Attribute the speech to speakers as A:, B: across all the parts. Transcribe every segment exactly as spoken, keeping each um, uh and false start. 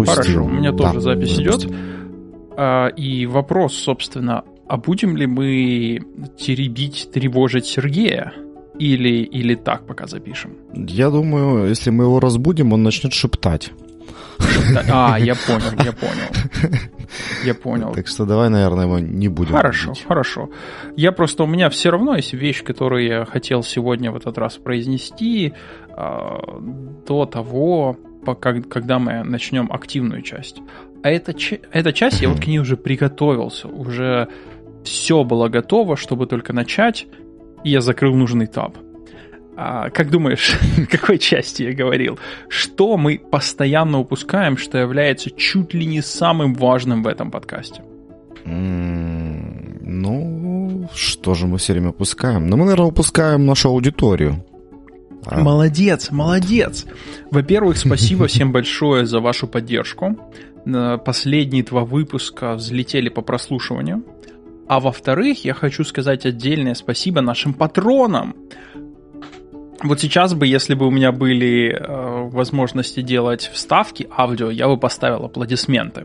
A: запустил.
B: Хорошо, у меня
A: да,
B: тоже запись
A: запустил.
B: идет. А, и вопрос, собственно, а будем ли мы теребить, тревожить Сергея? Или, или так пока запишем?
A: Я думаю, если мы его разбудим, он начнет шептать.
B: А, я понял, я понял. Я понял.
A: Так что давай, наверное, его не будем.
B: Хорошо,
A: будить.
B: хорошо. Я просто, у меня все равно есть вещь, которую я хотел сегодня в этот раз произнести э, до того, пока, когда мы начнем активную часть. А эта, эта часть, я вот к ней уже приготовился, уже все было готово, чтобы только начать, и я закрыл нужный таб. А, как думаешь, в какой части я говорил? Что мы постоянно упускаем, что является чуть ли не самым важным в этом подкасте?
A: Mm, ну, что же мы все время упускаем? Ну, мы, наверное, упускаем нашу аудиторию. А.
B: Молодец, молодец. Во-первых, спасибо всем большое за вашу поддержку. Последние два выпуска взлетели по прослушиванию. А во-вторых, я хочу сказать отдельное спасибо нашим патронам. Вот сейчас бы, если бы у меня были э, возможности делать вставки аудио, я бы поставил аплодисменты.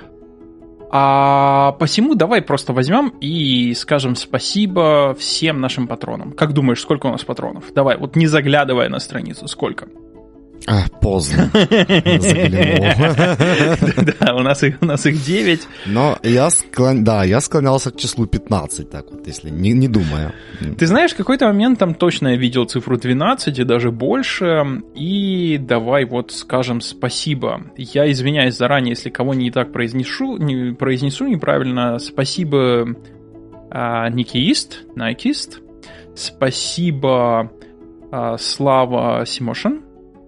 B: А посему давай просто возьмем и скажем спасибо всем нашим патронам. Как думаешь, сколько у нас патронов? Давай, вот не заглядывая на страницу, сколько?
A: А, поздно.
B: Да, у нас их, у нас их девять.
A: Но я, склон... да, я склонялся к числу пятнадцать, так вот, если не, не думая.
B: Ты знаешь, в какой-то момент там точно я видел цифру двенадцать и даже больше. И давай вот скажем спасибо. Я извиняюсь заранее, если кого не так произнесу, не, произнесу неправильно. Спасибо а, Никиист, Найкист. Спасибо а, Слава Симошин.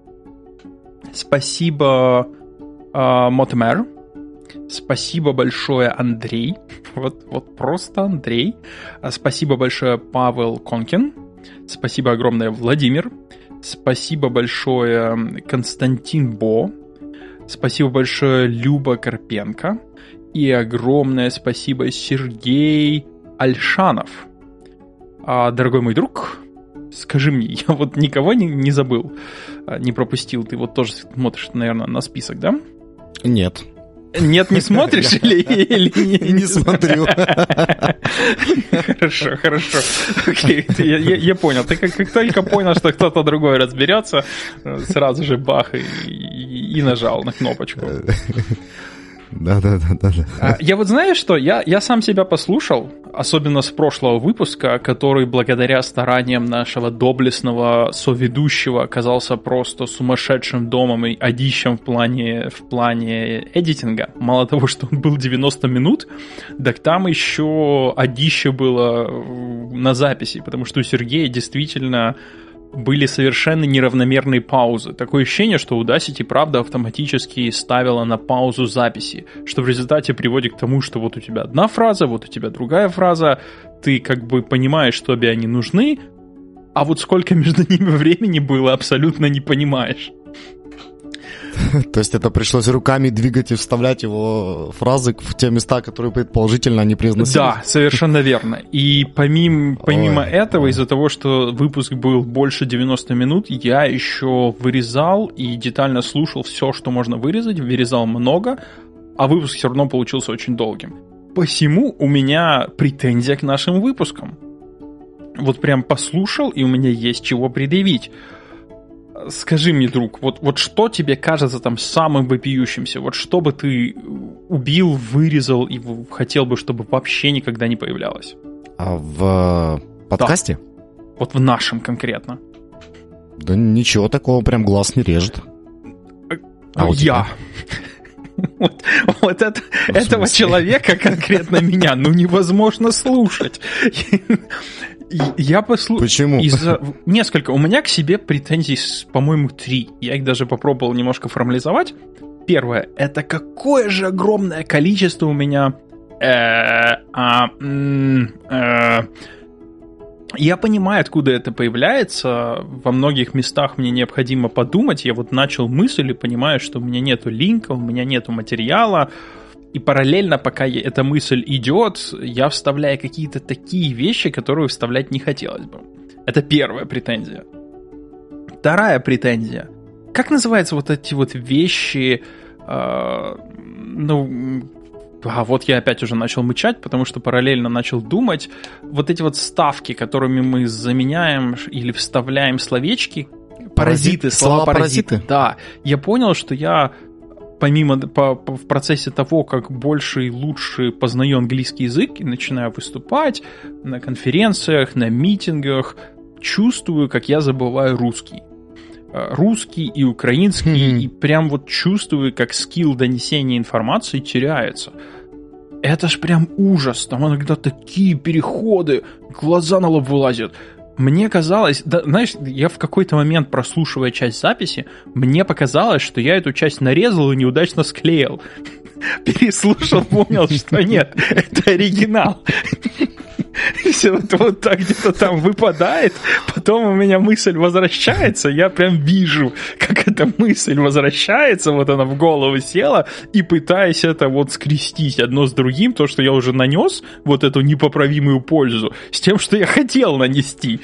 B: Спасибо, э, Мотомер. Спасибо большое, Андрей. Вот, вот просто Андрей. Спасибо большое, Павел Конкин. Спасибо огромное, Владимир. Спасибо большое, Константин Бо. Спасибо большое, Люба Карпенко. И огромное спасибо, Сергей Альшанов. А, дорогой мой друг, скажи мне, я вот никого не, не забыл, не пропустил. Ты вот тоже смотришь, наверное, на список, да?
A: Нет.
B: Нет, не смотришь или, или
A: не? Не смотрю.
B: Хорошо, хорошо. Окей, я, я, я понял. Ты как, как только понял, что кто-то другой разберется, сразу же бах и, и, и нажал на кнопочку.
A: Да-да-да.
B: Я вот знаю, что я, я сам себя послушал, особенно с прошлого выпуска, который благодаря стараниям нашего доблестного соведущего оказался просто сумасшедшим домом и одищем в плане, в плане эдитинга. Мало того, что он был девяносто минут, так там еще одище было на записи, потому что у Сергея действительно были совершенно неравномерные паузы. Такое ощущение, что Audacity, правда, автоматически ставила на паузу записи, что в результате приводит к тому, что вот у тебя одна фраза, вот у тебя другая фраза, ты как бы понимаешь, что обе они нужны, а вот сколько между ними времени было, абсолютно не понимаешь.
A: То есть это пришлось руками двигать и вставлять его фразы в те места, которые предположительно они произносили?
B: Да, совершенно верно. И помимо, помимо ой, этого, ой. из-за того, что выпуск был больше девяносто минут, я еще вырезал и детально слушал все, что можно вырезать, вырезал много, а выпуск все равно получился очень долгим. Посему у меня претензия к нашим выпускам. Вот прям послушал, и у меня есть чего предъявить. Скажи мне, друг, вот, вот что тебе кажется там самым вопиющимся? Вот что бы ты убил, вырезал и хотел бы, чтобы вообще никогда не появлялось?
A: А в подкасте?
B: Да. Вот в нашем конкретно.
A: Да ничего такого, прям глаз не режет.
B: А вот я. Вот, вот это, этого человека, конкретно меня, ну невозможно слушать. Я послушал...
A: Почему?
B: Из-за... Несколько. У меня к себе претензий, по-моему, три. Я их даже попробовал немножко формализовать. Первое. Это какое же огромное количество у меня... Я понимаю, откуда это появляется. Во многих местах мне необходимо подумать. Я вот начал мысль и понимаю, что у меня нету линка, у меня нету материала. И параллельно, пока эта мысль идет, я вставляю какие-то такие вещи, которые вставлять не хотелось бы. Это первая претензия. Вторая претензия. Как называются вот эти вот вещи, э, ну, а вот я опять уже начал мычать, потому что параллельно начал думать, вот эти вот ставки, которыми мы заменяем или вставляем словечки, паразиты, слова паразиты, да, я понял, что я помимо, по, по, в процессе того, как больше и лучше познаю английский язык и начинаю выступать на конференциях, на митингах, чувствую, как я забываю русский. Русский и украинский, mm-hmm. и прям вот чувствую, как скилл донесения информации теряется. Это ж прям ужас, там иногда такие переходы, глаза на лоб вылазят. Мне казалось, да, знаешь, я в какой-то момент, прослушивая часть записи, мне показалось, что я эту часть нарезал и неудачно склеил. Переслушал, понял, что нет, это оригинал. Все вот, вот так где-то там выпадает, потом у меня мысль возвращается, я прям вижу, как эта мысль возвращается, вот она в голову села, и пытаюсь это вот скрестить одно с другим, то, что я уже нанес, вот эту непоправимую пользу, с тем, что я хотел нанести.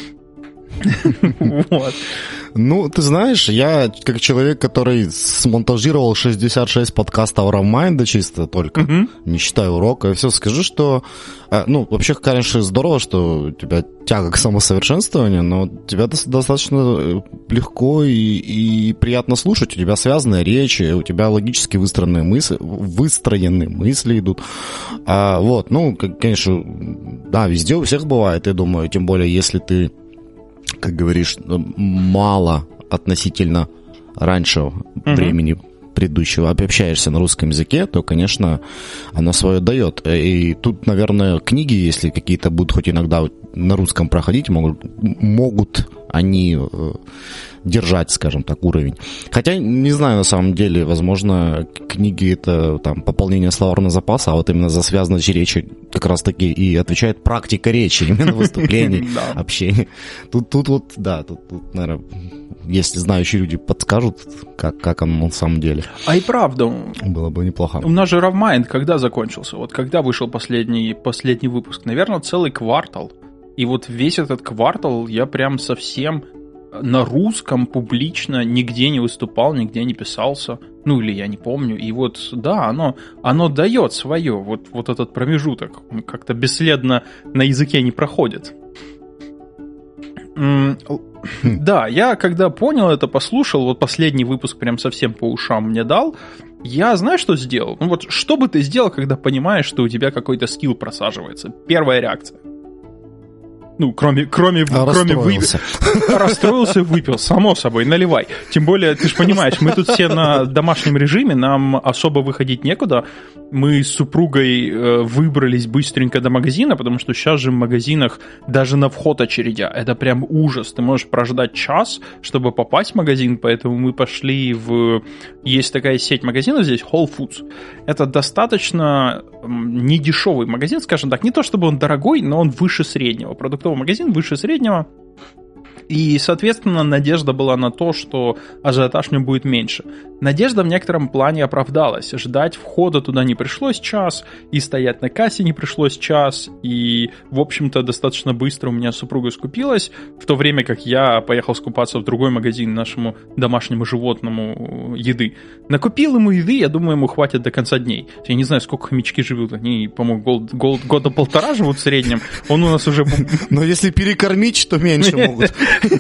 B: Вот.
A: Ну, ты знаешь, я как человек, который смонтажировал шестьдесят шесть подкастов Равмайнда чисто только, uh-huh. не считая урока, и все, скажу, что, ну, вообще, конечно, здорово, что у тебя тяга к самосовершенствованию, но тебя достаточно легко и, и приятно слушать, у тебя связанная речь, у тебя логически выстроенные мысли, выстроенные мысли идут. А, вот, ну, конечно, да, везде у всех бывает, я думаю, тем более, если ты, как говоришь, мало относительно раньше uh-huh. времени предыдущего общаешься на русском языке, то, конечно, оно свое дает. И тут, наверное, книги, если какие-то будут хоть иногда на русском проходить, могут, могут они держать, скажем так, уровень. Хотя, не знаю, на самом деле, возможно, книги — это там пополнение словарного запаса, а вот именно за связанность речи как раз-таки и отвечает практика речи, именно выступлений, общения. Тут, тут вот, да, тут, тут, наверное, если знающие люди подскажут, как, как оно на самом деле.
B: А и правда.
A: Было бы неплохо.
B: У нас же Равмайнд когда закончился? Вот когда вышел последний, последний выпуск? Наверное, целый квартал. И вот весь этот квартал я прям совсем на русском публично нигде не выступал, нигде не писался. Ну, или я не помню. И вот, да, оно, оно дает свое. Вот, вот этот промежуток. Он как-то бесследно на языке не проходит. Да, я когда понял это, послушал, вот последний выпуск прям совсем по ушам мне дал, я, знаешь, что сделал? Ну вот, что бы ты сделал, когда понимаешь, что у тебя какой-то скилл просаживается? Первая реакция. Ну, кроме, кроме, кроме выпил. Расстроился, выпил, само собой, наливай. Тем более, ты же понимаешь, мы тут все на домашнем режиме, нам особо выходить некуда. Мы с супругой выбрались быстренько до магазина, потому что сейчас же в магазинах даже на вход очередя. Это прям ужас. Ты можешь прождать час, чтобы попасть в магазин, поэтому мы пошли в... Есть такая сеть магазинов здесь, Whole Foods. Это достаточно недешевый магазин, скажем так. Не то чтобы он дорогой, но он выше среднего. Продуктовый магазин выше среднего. И, соответственно, надежда была на то, что ажиотаж мне будет меньше. Надежда в некотором плане оправдалась. Ждать входа туда не пришлось час, и стоять на кассе не пришлось час, и, в общем-то, достаточно быстро у меня супруга скупилась, в то время как я поехал скупаться в другой магазин нашему домашнему животному еды. Накупил ему еды, я думаю, ему хватит до конца дней. Я не знаю, сколько хомячки живут, они, по-моему, год, год, года полтора живут в среднем, он у нас уже...
A: Но если перекормить, то меньше могут.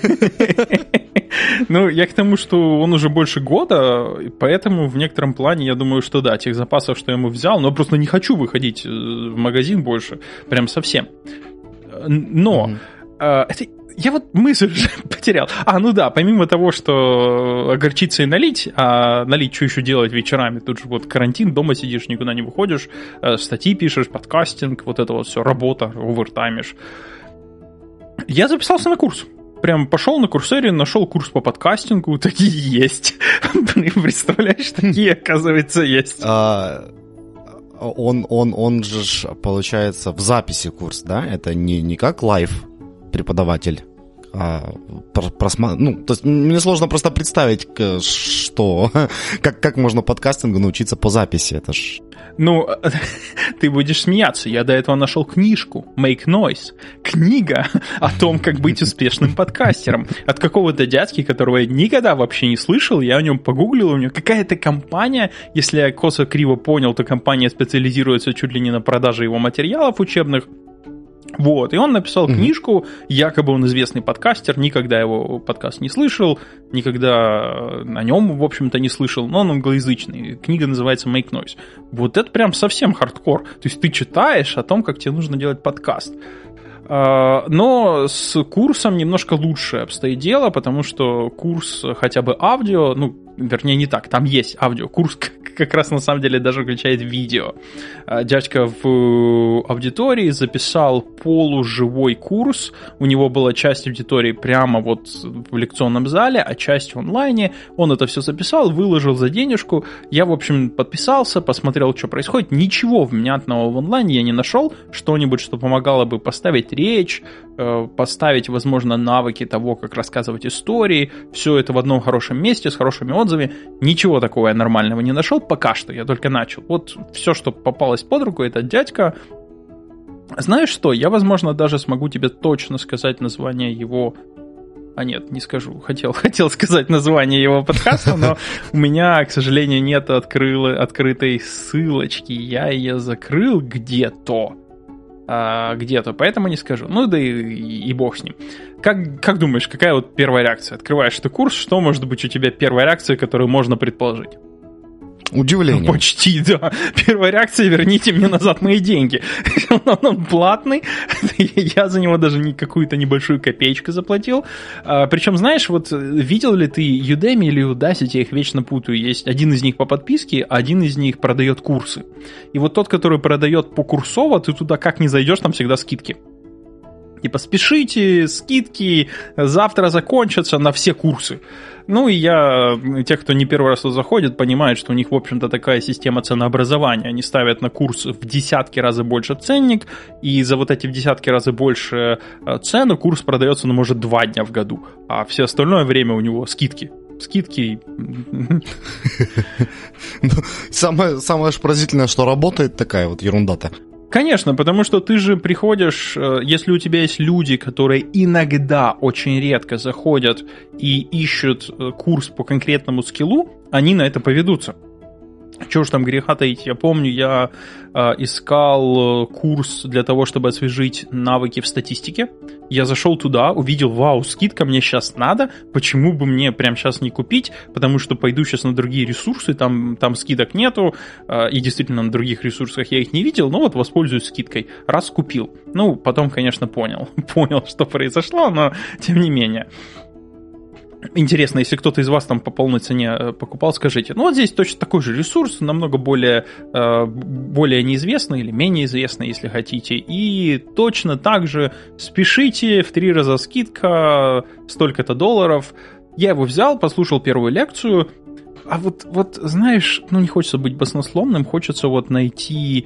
B: Ну, я к тому, что он уже больше года, поэтому в некотором плане я думаю, что да, тех запасов, что я ему взял, но я просто не хочу выходить в магазин больше, прям совсем. Но mm-hmm. это, я вот мысль уже потерял. А, ну да, помимо того, что огорчиться и налить, а налить что еще делать вечерами? Тут же вот карантин, дома сидишь, никуда не выходишь, статьи пишешь, подкастинг, вот это вот все, работа, овертаймишь. Я записался на курс. Прям пошел на Курсере, нашел курс по подкастингу, такие есть. Представляешь, такие, оказывается, есть. А,
A: он, он, он же, получается, в записи курс, да? Это не, не как лайв преподаватель, а просма... ну, то есть мне сложно просто представить, что, как, как можно подкастингу научиться по записи, это ж...
B: Ну, ты будешь смеяться. Я до этого нашел книжку Make Noise. Книга о том, как быть успешным подкастером. От какого-то дядьки, которого я никогда вообще не слышал. Я о нем погуглил. У него какая-то компания, если я косо-криво понял, то компания специализируется чуть ли не на продаже его материалов учебных. Вот, и он написал mm-hmm. книжку, якобы он известный подкастер, никогда его подкаст не слышал, никогда о нем, в общем-то, не слышал, но он англоязычный. Книга называется Make Noise. Вот это прям совсем хардкор. То есть ты читаешь о том, как тебе нужно делать подкаст. Но с курсом немножко лучше обстоит дело, потому что курс хотя бы аудио, ну, вернее, не так, там есть аудио, курс как раз на самом деле даже включает видео. Дядька в аудитории записал полуживой курс, у него была часть аудитории прямо вот в лекционном зале, а часть в онлайне, он это все записал, выложил за денежку, я, в общем, подписался, посмотрел, что происходит, ничего внятного в онлайне я не нашел, что-нибудь, что помогало бы поставить речь, поставить, возможно, навыки того, как рассказывать истории, все это в одном хорошем месте, с хорошими отзывами, ничего такого я нормального не нашел, пока что, я только начал. Вот все, что попалось под руку, это дядька. Знаешь что, я, возможно, даже смогу тебе точно сказать название его... А нет, не скажу. Хотел, хотел сказать название его подкаста, но у меня, к сожалению, нет открыл, открытой ссылочки. Я ее закрыл где-то. А, где-то, поэтому не скажу. Ну да и, и, и бог с ним. Как, как думаешь, какая вот первая реакция? Открываешь ты курс, что может быть у тебя первая реакция, которую можно предположить?
A: Удивление.
B: Ну, почти, да. Первая реакция: верните мне назад мои деньги. Он, он платный, я за него даже не какую-то небольшую копеечку заплатил. А, причем, знаешь, вот видел ли ты Udemy или Udacity, я их вечно путаю. Есть один из них по подписке, а один из них продает курсы. И вот тот, который продает покурсово, ты туда как ни зайдешь, там всегда скидки. Типа, спешите, скидки, завтра закончатся на все курсы. Ну, и я, те, кто не первый раз туда заходит, понимают, что у них, в общем-то, такая система ценообразования. Они ставят на курс в десятки раз больше ценник, и за вот эти в десятки раз больше цену курс продается, ну, может, два дня в году, а все остальное время у него скидки. Скидки.
A: Самое самое поразительное, что работает такая вот ерунда-то.
B: Конечно, потому что ты же приходишь, если у тебя есть люди, которые иногда, очень редко заходят и ищут курс по конкретному скиллу, они на это поведутся. Чего уж там греха таить, я помню, я э, искал курс для того, чтобы освежить навыки в статистике. Я зашел туда, увидел, вау, скидка мне сейчас надо, почему бы мне прямо сейчас не купить, потому что пойду сейчас на другие ресурсы, там, там скидок нету, э, и действительно на других ресурсах я их не видел, но вот воспользуюсь скидкой, раз купил. Ну, потом, конечно, понял, понял, что произошло, но тем не менее. Интересно, если кто-то из вас там по полной цене покупал, скажите. Ну, вот здесь точно такой же ресурс, намного более, более неизвестный или менее известный, если хотите. И точно так же спешите, в три раза скидка, столько-то долларов. Я его взял, послушал первую лекцию. А вот, вот знаешь, ну, не хочется быть баснословным, хочется вот найти...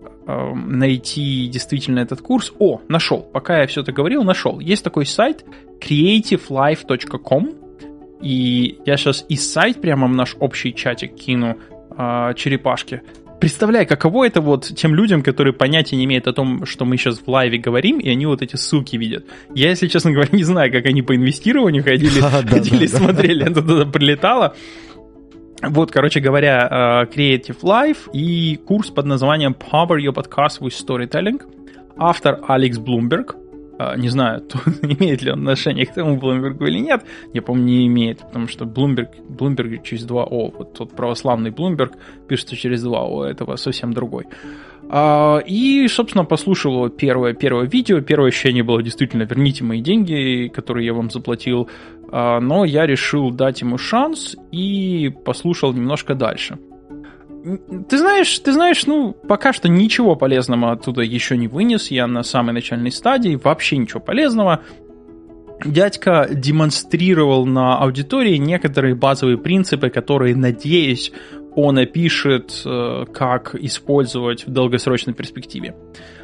B: найти действительно этот курс. О, нашел. Пока я все это говорил, нашел. Есть такой сайт креатив лайф точка ком, и я сейчас и сайт прямо в наш общий чатик кину э, черепашки. Представляй, каково это вот тем людям, которые понятия не имеют о том, что мы сейчас в лайве говорим, и они вот эти ссылки видят. Я, если честно говоря, не знаю, как они по инвестированию ходили, ходили смотрели, это туда прилетало. Вот, короче говоря, Creative Life и курс под названием Power Your Podcast with Storytelling. Автор Алекс Блумберг. Не знаю, имеет ли он отношение к тому Блумбергу или нет. Я помню, не имеет, потому что Блумберг, Блумберг через два О. Вот тот православный Блумберг пишется через два О, этого совсем другой. И, собственно, послушал его первое, первое видео. Первое ощущение было действительно: верните мои деньги, которые я вам заплатил. Но я решил дать ему шанс и послушал немножко дальше. Ты знаешь, ты знаешь, ну, пока что ничего полезного оттуда еще не вынес. Я на самой начальной стадии, вообще ничего полезного. Дядька демонстрировал на аудитории некоторые базовые принципы, которые, надеюсь, он опишет, как использовать в долгосрочной перспективе.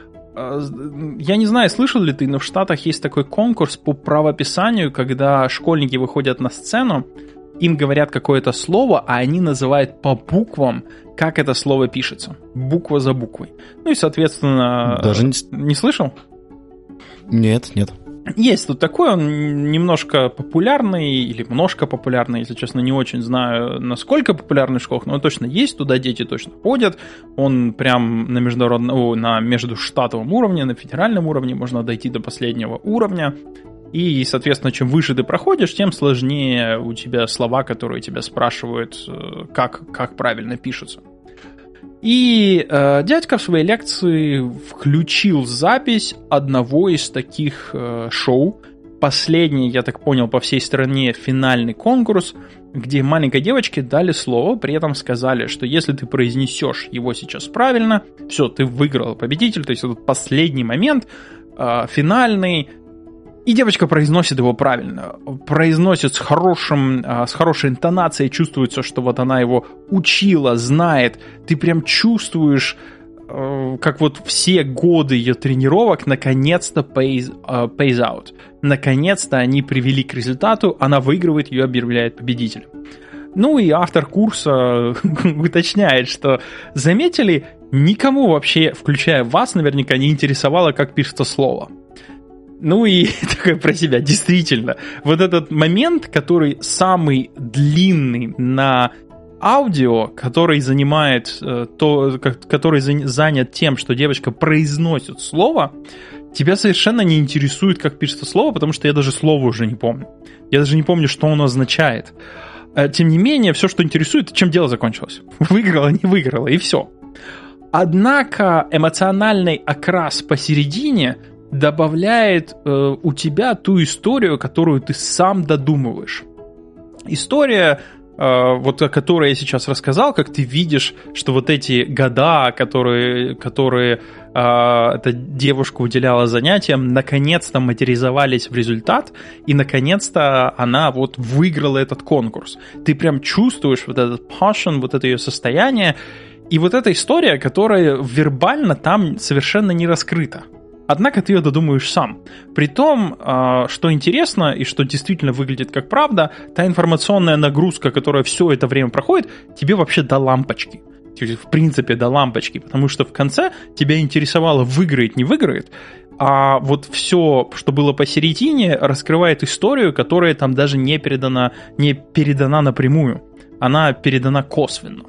B: Я не знаю, слышал ли ты, но в Штатах есть такой конкурс по правописанию, когда школьники выходят на сцену им говорят какое-то слово, а они называют по буквам, как это слово пишется. Буква за буквой. Ну и, соответственно...
A: Даже не...
B: Не слышал?
A: Нет, нет.
B: Есть тут такой, он немножко популярный, или немножко популярный, если честно, не очень знаю, насколько популярный в школах, но он точно есть, туда дети точно ходят. Он прям на международном, на междуштатовом уровне, на федеральном уровне, можно дойти до последнего уровня. И, соответственно, чем выше ты проходишь, тем сложнее у тебя слова, которые тебя спрашивают, как, как правильно пишутся. И э, дядька в своей лекции включил запись одного из таких э, шоу. Последний, я так понял, по всей стране финальный конкурс, где маленькой девочке дали слово, при этом сказали, что если ты произнесешь его сейчас правильно, все, ты выиграл, победитель. То есть этот последний момент, э, финальный. И девочка произносит его правильно, произносит с, хорошим, с хорошей интонацией, чувствуется, что вот она его учила, знает. Ты прям чувствуешь, как вот все годы ее тренировок наконец-то pays, pays out. Наконец-то они привели к результату, она выигрывает, ее объявляет победителем. Ну и автор курса уточняет, что, заметили, никому вообще, включая вас, наверняка не интересовало, как пишется слово. Ну и такое про себя, действительно. Вот этот момент, который самый длинный на аудио, который занимает, то, который занят тем, что девочка произносит слово, тебя совершенно не интересует, как пишется слово, потому что я даже слово уже не помню. Я даже не помню, что оно означает. Тем не менее, все, что интересует, чем дело закончилось. Выиграла, не выиграла, и все. Однако эмоциональный окрас посередине добавляет э, у тебя ту историю, которую ты сам додумываешь. История, э, вот о которой я сейчас рассказал, как ты видишь, что вот эти года, которые, которые э, эта девушка уделяла занятиям, наконец-то материализовались в результат, и наконец-то она вот выиграла этот конкурс. Ты прям чувствуешь вот этот passion, вот это ее состояние, и вот эта история, которая вербально там совершенно не раскрыта. Однако ты ее додумаешь сам. Притом, что интересно и что действительно выглядит как правда, та информационная нагрузка, которая все это время проходит, тебе вообще до лампочки. В принципе, до лампочки. Потому что в конце тебя интересовало, выиграет, не выиграет. А вот все, что было посередине, раскрывает историю, которая там даже не передана, не передана напрямую. Она передана косвенно.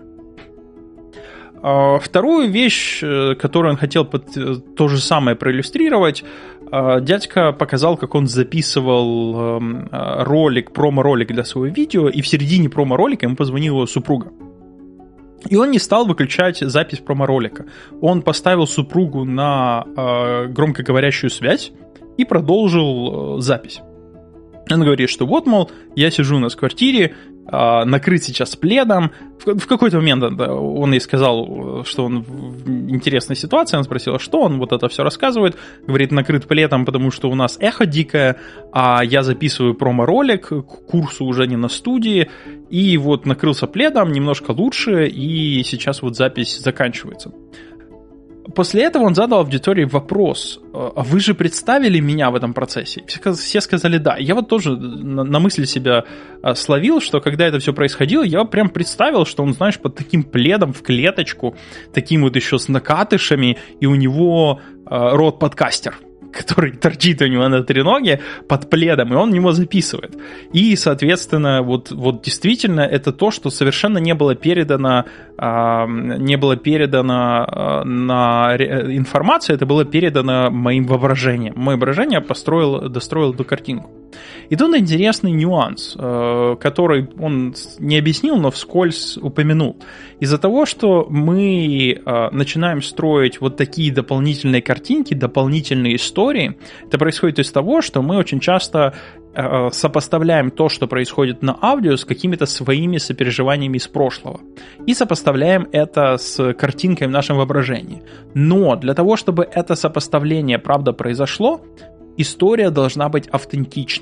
B: Вторую вещь, которую он хотел под, то же самое проиллюстрировать, дядька показал, как он записывал ролик, промо-ролик для своего видео, и в середине промо-ролика ему позвонила его супруга. И он не стал выключать запись промо-ролика. Он поставил супругу на громкоговорящую связь и продолжил запись. Он говорит, что вот, мол, я сижу у нас в квартире, накрыт сейчас пледом. В какой-то момент он ей сказал, что он в интересной ситуации, он спросил, а что, он вот это все рассказывает, говорит, накрыт пледом, потому что у нас эхо дикое, а я записываю промо-ролик, к курсу уже не на студии, и вот накрылся пледом, немножко лучше, и сейчас вот запись заканчивается. После этого он задал аудитории вопрос, а вы же представили меня в этом процессе? Все сказали да. Я вот тоже на мысли себя словил, что когда это все происходило, я прям представил, что он, знаешь, под таким пледом в клеточку, таким вот еще с накатышами, и у него рот-подкастер, который торчит у него на треноге под пледом, и он него записывает. И, соответственно, вот, вот действительно это то, что совершенно не было передано, э, не было передано э, на информацию, это было передано моим воображением. Мое воображение построило, достроило эту картинку. И тут интересный нюанс, э, который он не объяснил, но вскользь упомянул. Из-за того, что мы э, начинаем строить вот такие дополнительные картинки, дополнительные истории, это происходит из того, что мы очень часто э, сопоставляем то, что происходит на аудио, с какими-то своими сопереживаниями из прошлого. И сопоставляем это с картинкой в нашем воображении. Но для того, чтобы это сопоставление правда произошло, история должна быть автентичной.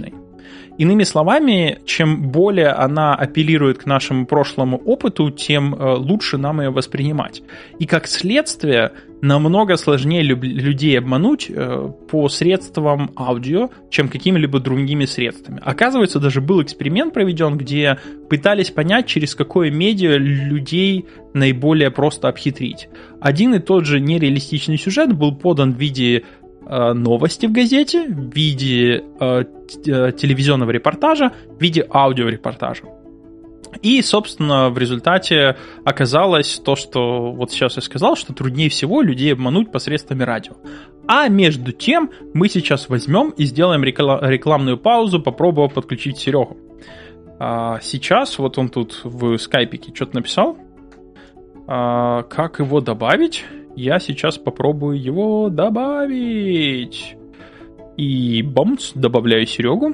B: Иными словами, чем более она апеллирует к нашему прошлому опыту, тем лучше нам ее воспринимать. И как следствие, намного сложнее люб- людей обмануть э, по средствам аудио, чем какими-либо другими средствами. Оказывается, даже был эксперимент проведен, где пытались понять, через какое медиа людей наиболее просто обхитрить. Один и тот же нереалистичный сюжет был подан в виде э, новости в газете, в виде э, т- телевизионного репортажа, в виде аудиорепортажа. И, собственно, в результате оказалось то, что вот сейчас я сказал, что труднее всего людей обмануть посредствами радио. А между тем мы сейчас возьмем и сделаем рекламную паузу, попробуем подключить Серегу. А сейчас вот он тут в скайпике что-то написал. А как его добавить? Я сейчас попробую его добавить. И бомц, добавляю Серегу.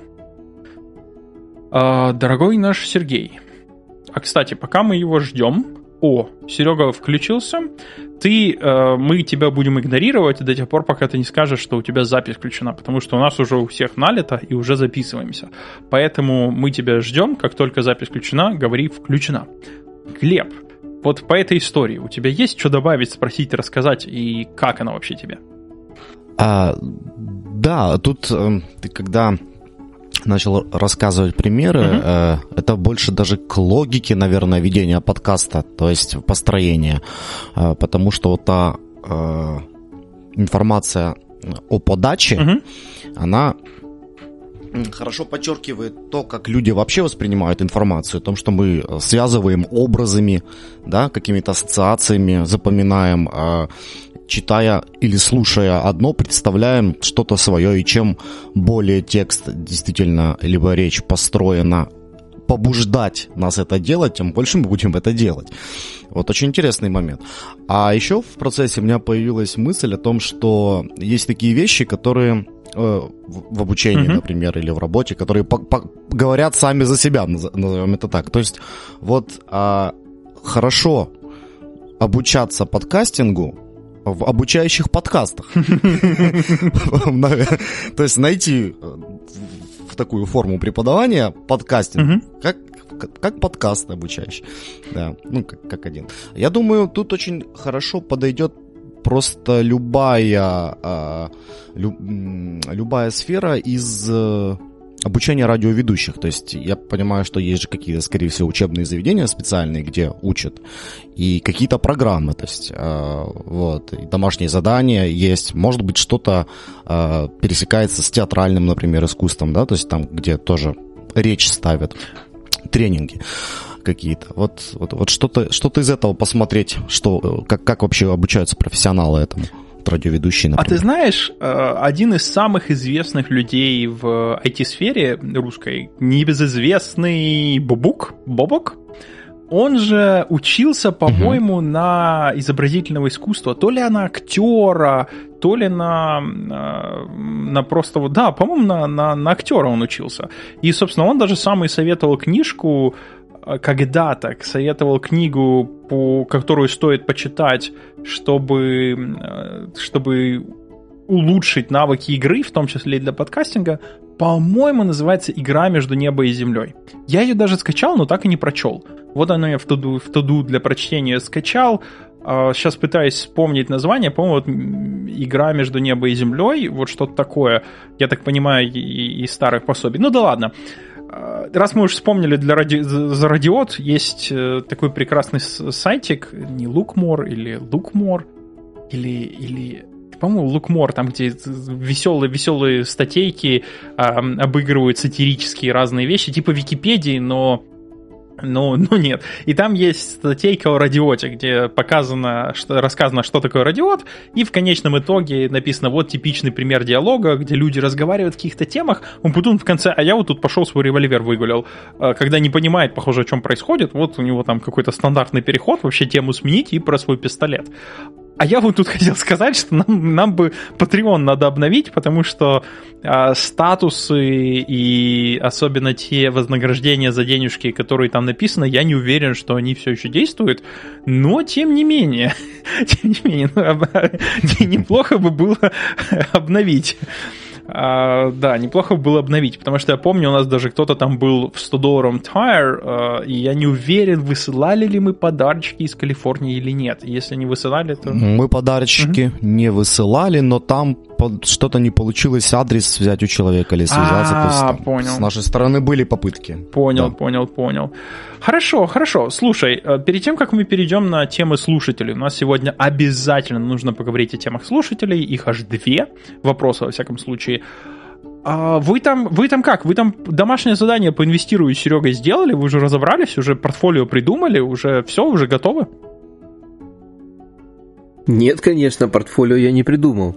B: А, дорогой наш Сергей. А, кстати, пока мы его ждем... О, Серега включился. Ты, э, мы тебя будем игнорировать до тех пор, пока ты не скажешь, что у тебя запись включена, потому что у нас уже у всех налито и уже записываемся. Поэтому мы тебя ждем, как только запись включена, говори «включена». Глеб, вот по этой истории у тебя есть что добавить, спросить, рассказать, и как она вообще тебе?
A: А, да, тут э, ты когда... начал рассказывать примеры, uh-huh. э, это больше даже к логике, наверное, ведения подкаста, то есть построения, э, потому что вот та э, информация о подаче, uh-huh. она хорошо подчеркивает то, как люди вообще воспринимают информацию, о том, что мы связываем образами, да, какими-то ассоциациями, запоминаем, э, читая или слушая одно, представляем что-то свое, и чем более текст действительно, либо речь построена побуждать нас это делать, тем больше мы будем это делать. Вот очень интересный момент. А еще в процессе у меня появилась мысль о том, что есть такие вещи, которые э, в обучении, mm-hmm. например, или в работе, которые по- по- говорят сами за себя, назовем это так. То есть вот э, хорошо обучаться подкастингу в обучающих подкастах. То есть найти в такую форму преподавания подкастинг, как, как подкаст обучающий. Да, ну, как, как один. Я думаю, тут очень хорошо подойдет просто любая, лю, любая сфера из обучения радиоведущих. То есть я понимаю, что есть же какие-то, скорее всего, учебные заведения специальные, где учат, и какие-то программы, то есть э, вот, и домашние задания есть. Может быть, что-то э, пересекается с театральным, например, искусством, да, то есть там, где тоже речь ставят, тренинги какие-то. Вот, вот, вот что-то, что-то из этого посмотреть, что, как, как вообще обучаются профессионалы этому. Радиоведущий, например.
B: А ты знаешь, один из самых известных людей в ай ти-сфере русской, небезызвестный Бобук, Бобок, он же учился, по-моему, uh-huh. на изобразительного искусства. То ли на актера, то ли на, на просто... вот да, по-моему, на, на, на актера он учился. И, собственно, он даже сам и советовал книжку, когда-то советовал книгу, по, которую стоит почитать, чтобы, чтобы улучшить навыки игры, в том числе и для подкастинга. По-моему, называется «Игра между небом и землей». Я ее даже скачал, но так и не прочел. Вот она я в туду, в туду для прочтения скачал. Сейчас пытаюсь вспомнить название. По-моему, вот «Игра между небом и землей», вот что-то такое, я так понимаю, из старых пособий. Ну да ладно. Раз мы уже вспомнили для ради... за радиот, есть такой прекрасный сайтик, не Лукмор или Лукмор, или, или по-моему, Лукмор, там, где веселые-веселые статейки а, обыгрывают сатирические разные вещи, типа Википедии, но... Ну, ну нет. И там есть статейка о радиоте, где показано, что, рассказано, что такое радиот, и в конечном итоге написано вот типичный пример диалога, где люди разговаривают о каких-то темах, он потом в конце, а я вот тут пошел свой револьвер выгулял, когда не понимает, похоже, о чем происходит, вот у него там какой-то стандартный переход, вообще тему сменить и про свой пистолет. А я вот тут хотел сказать, что нам, нам бы Patreon надо обновить, потому что э, статусы и особенно те вознаграждения за денежки, которые там написаны, я не уверен, что они все еще действуют, но тем не менее, тем не менее, ну, неплохо бы было обновить. А, да, неплохо было обновить, потому что я помню, у нас даже кто-то там был в сто долларов Tire, а, и я не уверен, высылали ли мы подарочки из Калифорнии или нет. Если не высылали, то...
A: Мы подарочки mm-hmm. не высылали, но там что-то не получилось адрес взять у человека или связаться.
B: А,
A: то есть, там,
B: понял.
A: С нашей стороны были попытки.
B: Понял,
A: да.
B: понял, понял. Хорошо, хорошо. Слушай, перед тем, как мы перейдем на темы слушателей, у нас сегодня обязательно нужно поговорить о темах слушателей. Их аж две вопроса, во всяком случае. А вы там, вы там как? Вы там домашнее задание по инвестирую с Серегой сделали? Вы уже разобрались? Уже портфолио придумали? Уже все? Уже готовы?
C: Нет, конечно, портфолио я не придумал.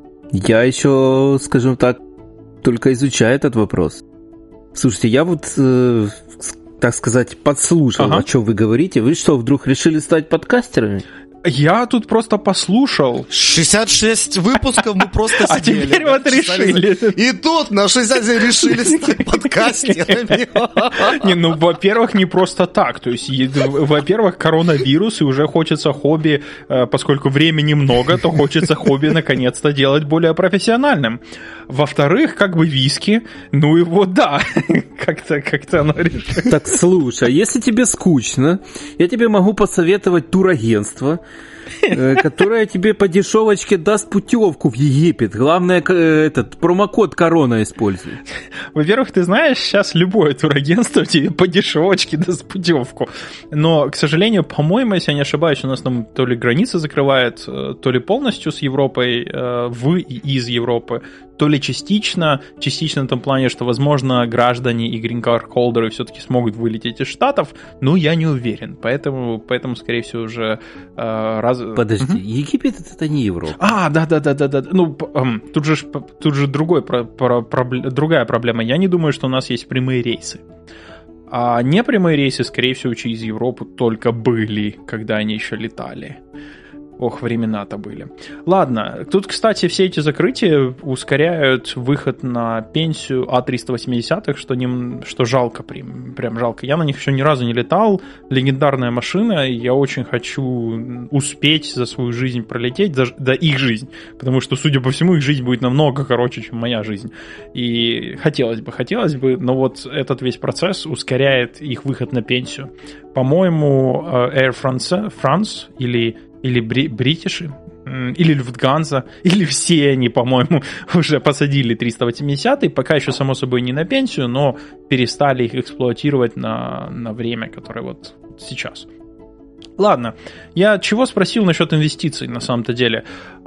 C: Я еще, скажем так, только изучаю этот вопрос. Слушайте, я вот, э, так сказать, подслушал, ага. о чем вы говорите. Вы что, вдруг решили стать подкастерами?
B: Я тут просто послушал.
A: шестьдесят шесть выпусков мы просто сидели.
B: А теперь вот решили.
A: И тут на шестьдесят семь решили стать подкастерами.
B: Не, ну, во-первых, не просто так. То есть, во-первых, коронавирус, и уже хочется хобби, поскольку времени много, то хочется хобби наконец-то делать более профессиональным. Во-вторых, как бы виски, ну и вот да, как-то, как-то оно решило.
C: Так, слушай, если тебе скучно, я тебе могу посоветовать турагентство, которое тебе по дешевочке даст путевку в Египет. Главное, этот промокод корона используй.
B: Во-первых, ты знаешь, сейчас любое турагентство тебе по дешевочке даст путевку. Но, к сожалению, по-моему, если я не ошибаюсь, у нас там то ли границы закрывают, то ли полностью с Европой, в и из Европы, то ли частично, частично в том плане, что, возможно, граждане и грин-карт-холдеры все-таки смогут вылететь из Штатов, но я не уверен. Поэтому, поэтому скорее всего, уже э, раз...
C: Подожди, угу. Египет — это не Европа.
B: А, да-да-да-да-да. Ну, эм, тут же, тут же другой, про, про, про, другая проблема. Я не думаю, что у нас есть прямые рейсы. А непрямые рейсы, скорее всего, через Европу только были, когда они еще летали. Ох, времена-то были. Ладно, тут, кстати, все эти закрытия ускоряют выход на пенсию А триста восьмидесятых, что, не, что жалко, прям, прям жалко. Я на них еще ни разу не летал. Легендарная машина, и я очень хочу успеть за свою жизнь пролететь, даже, да, их жизнь, потому что, судя по всему, их жизнь будет намного короче, чем моя жизнь. И хотелось бы, хотелось бы, но вот этот весь процесс ускоряет их выход на пенсию. По-моему, Air France, France или... или бритиши, или Люфтганза, или все они, по-моему, уже посадили триста восьмидесятый, пока еще, само собой, не на пенсию, но перестали их эксплуатировать на, на время, которое вот сейчас. Ладно, я чего спросил насчет инвестиций на самом-то деле?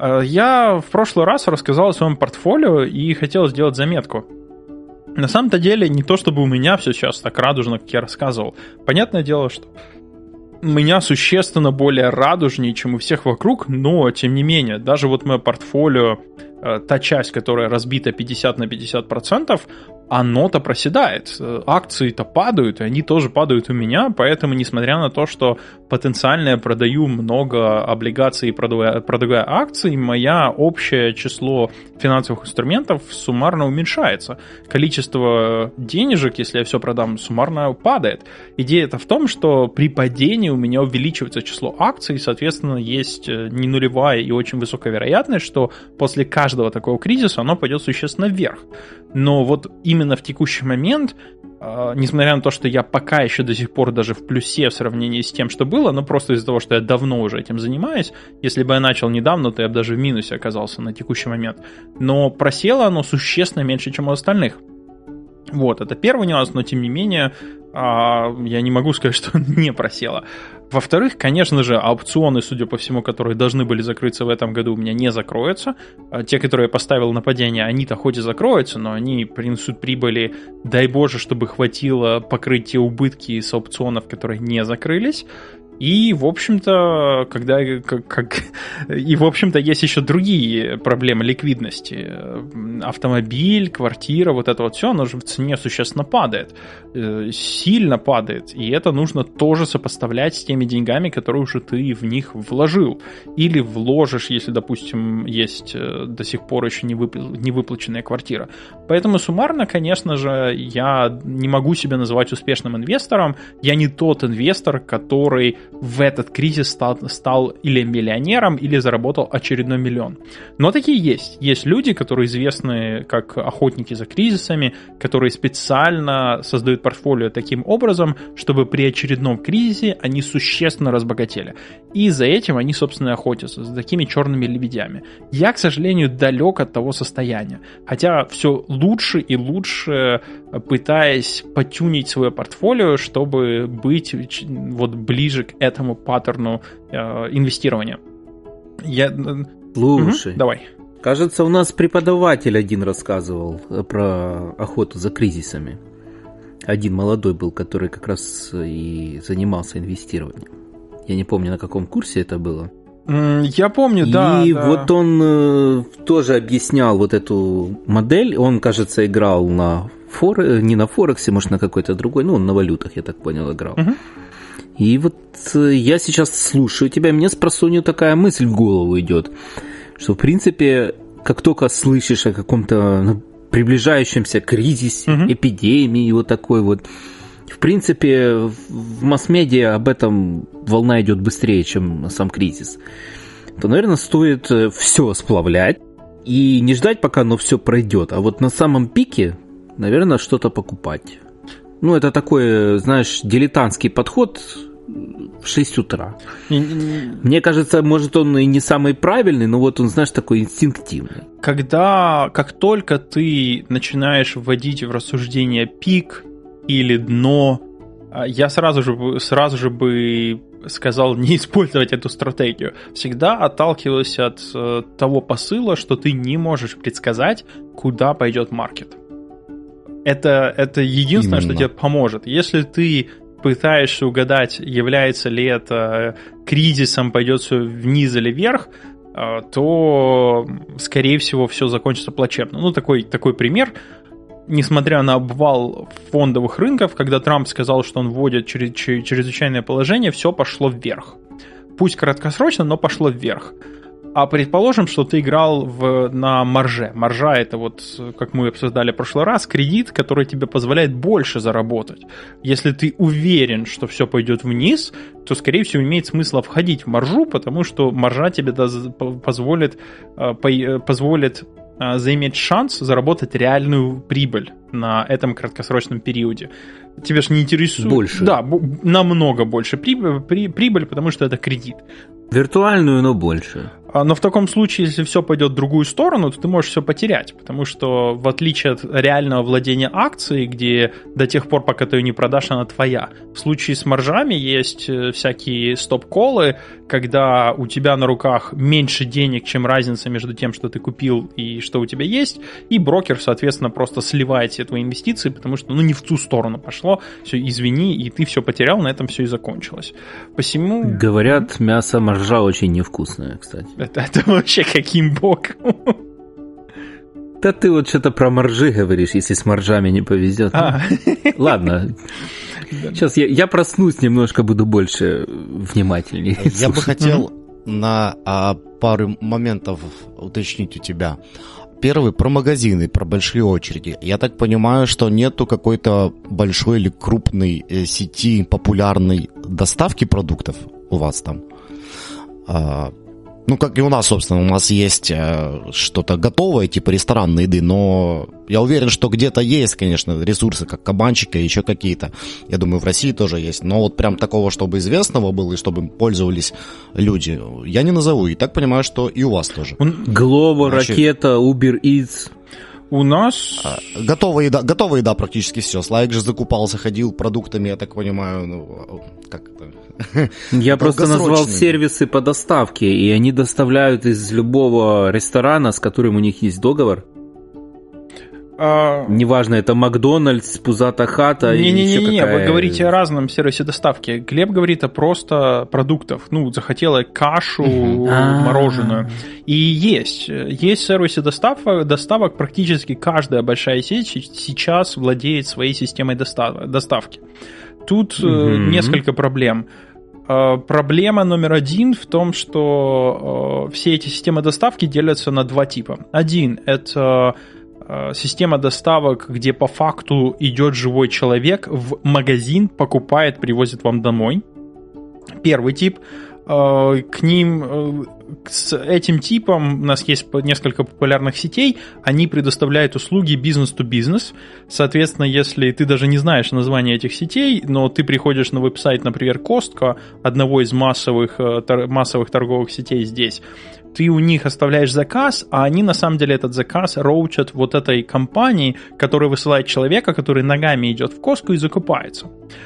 B: Я в прошлый раз рассказал о своем портфолио и хотел сделать заметку. На самом-то деле не то, чтобы у меня все сейчас так радужно, как я рассказывал. Понятное дело, что у меня существенно более радужнее, чем у всех вокруг, но, тем не менее, даже вот мое портфолио, та часть, которая разбита пятьдесят на пятьдесят процентов, оно-то проседает. Акции-то падают, и они тоже падают у меня, поэтому, несмотря на то, что потенциально я продаю много облигаций и продаю, продаю акции, моя общее число финансовых инструментов суммарно уменьшается. Количество денежек, если я все продам, суммарно падает. Идея-то в том, что при падении у меня увеличивается число акций, соответственно, есть не нулевая и очень высокая вероятность, что после каждого такого кризиса оно пойдет существенно вверх. Но вот именно в текущий момент, э, несмотря на то, что я пока еще до сих пор даже в плюсе в сравнении с тем, что было, но просто из-за того, что я давно уже этим занимаюсь, если бы я начал недавно, то я бы даже в минусе оказался на текущий момент. Но просело оно существенно меньше, чем у остальных. Вот, это первый нюанс, но тем не менее, а, я не могу сказать, что не просело. Во-вторых, конечно же, аукционы, судя по всему, которые должны были закрыться в этом году, у меня не закроются. Те, которые я поставил на падение, они-то хоть и закроются, но они принесут прибыли, дай боже, чтобы хватило покрыть те убытки с аукционов, которые не закрылись. И, в общем-то, когда, как, как, и, в общем-то, есть еще другие проблемы ликвидности. Автомобиль, квартира, вот это вот все, оно же в цене существенно падает. Сильно падает. И это нужно тоже сопоставлять с теми деньгами, которые уже ты в них вложил. Или вложишь, если, допустим, есть до сих пор еще не выплаченная квартира. Поэтому суммарно, конечно же, я не могу себя называть успешным инвестором. Я не тот инвестор, который в этот кризис стал, стал или миллионером, или заработал очередной миллион. Но такие есть. Есть люди, которые известны как охотники за кризисами, которые специально создают портфолио таким образом, чтобы при очередном кризисе они существенно разбогатели. И за этим они, собственно, и охотятся, за такими черными лебедями. Я, к сожалению, далек от того состояния. Хотя все лучше и лучше, пытаясь потюнить свое портфолио, чтобы быть вот ближе к этому паттерну э, инвестирования. Я...
C: Слушай,
B: угу, давай.
C: Кажется, у нас преподаватель один рассказывал про охоту за кризисами. Один молодой был, который как раз и занимался инвестированием. Я не помню, на каком курсе это было.
B: Я помню,
C: и
B: да.
C: И
B: да.
C: вот он э, тоже объяснял вот эту модель. Он, кажется, играл на фор... не на Форексе, может, на какой-то другой. Ну, он на валютах, я так понял, играл. Угу. И вот э, я сейчас слушаю тебя, мне с просонью такая мысль в голову идет, что, в принципе, как только слышишь о каком-то ну, приближающемся кризисе, угу. эпидемии, вот такой вот, в принципе, в масс-медиа об этом волна идет быстрее, чем сам кризис, то, наверное, стоит все сплавлять и не ждать, пока оно все пройдет, а вот на самом пике, наверное, что-то покупать. Ну, это такой, знаешь, дилетантский подход в шесть утра. Мне кажется, может, он и не самый правильный, но вот он, знаешь, такой инстинктивный.
B: Когда, как только ты начинаешь вводить в рассуждение пик или дно, я сразу же, сразу же бы сказал не использовать эту стратегию. Всегда отталкивался от того посыла, что ты не можешь предсказать, куда пойдет маркет. Это, это единственное, Именно. Что тебе поможет. Если ты пытаешься угадать, является ли это кризисом, пойдет все вниз или вверх, то, скорее всего, все закончится плачевно. Ну, такой, такой пример. Несмотря на обвал фондовых рынков, когда Трамп сказал, что он вводит чрезвычайное положение, все пошло вверх. Пусть краткосрочно, но пошло вверх. А предположим, что ты играл в, на марже. Маржа – это вот, как мы обсуждали в прошлый раз, кредит, который тебе позволяет больше заработать. Если ты уверен, что все пойдет вниз, то, скорее всего, имеет смысл входить в маржу, потому что маржа тебе позволит, позволит заиметь шанс заработать реальную прибыль на этом краткосрочном периоде. Тебя же не интересует...
C: Больше.
B: Да, намного больше прибыль, прибыль, потому что это кредит.
C: Виртуальную, но больше.
B: Но в таком случае, если все пойдет в другую сторону, то ты можешь все потерять, потому что в отличие от реального владения акцией, где до тех пор, пока ты ее не продашь, она твоя, в случае с маржами есть всякие стоп-коллы, когда у тебя на руках меньше денег, чем разница между тем, что ты купил и что у тебя есть, и брокер, соответственно, просто сливает все твои инвестиции, потому что ну не в ту сторону пошло, все, извини, и ты все потерял, на этом все и закончилось. Посему...
C: Говорят, мясо маржа очень невкусное, кстати.
B: Это, это вообще каким боком?
C: Да ты вот что-то про маржи говоришь, если с маржами не повезет. А. Ладно. Сейчас я, я проснусь немножко, буду больше внимательнее.
A: Я бы хотел на а, пару моментов уточнить у тебя. Первый про магазины, про большие очереди. Я так понимаю, что нету какой-то большой или крупной сети популярной доставки продуктов у вас там? А, ну, как и у нас, собственно, у нас есть а, что-то готовое, типа ресторанной еды, но я уверен, что где-то есть, конечно, ресурсы, как кабанчика и еще какие-то. Я думаю, в России тоже есть. Но вот прям такого, чтобы известного было и чтобы им пользовались люди, я не назову. И так понимаю, что и у вас тоже.
C: Glovo, Значит, Ракета, Uber Eats.
B: У нас...
A: Готовая еда, готовая еда практически все. Славик же закупался, ходил продуктами, я так понимаю, ну, как это...
C: Я просто назвал сервисы по доставке, и они доставляют из любого ресторана, с которым у них есть договор. А... Неважно, это Макдональдс, Пузата Хата
B: не,
C: или
B: не,
C: еще
B: не, не,
C: какая...
B: Вы говорите о разном сервисе доставки. Глеб говорит о просто продуктах. Ну, захотела кашу мороженую. И есть. Есть сервисы доставок, доставок. Практически каждая большая сеть сейчас владеет своей системой доставки. Тут mm-hmm. несколько проблем. Проблема номер один в том, что все эти системы доставки делятся на два типа. Один – это система доставок, где по факту идет живой человек в магазин, покупает, привозит вам домой. Первый тип. К ним, с этим типом у нас есть несколько популярных сетей, они предоставляют услуги бизнес-то-бизнес. Соответственно, если ты даже не знаешь название этих сетей, но ты приходишь на веб-сайт, например, Costco, одного из массовых, массовых торговых сетей здесь, ты у них оставляешь заказ, а они на самом деле этот заказ роучат вот этой компании, которая высылает человека, который ногами идет в Costco и закупается.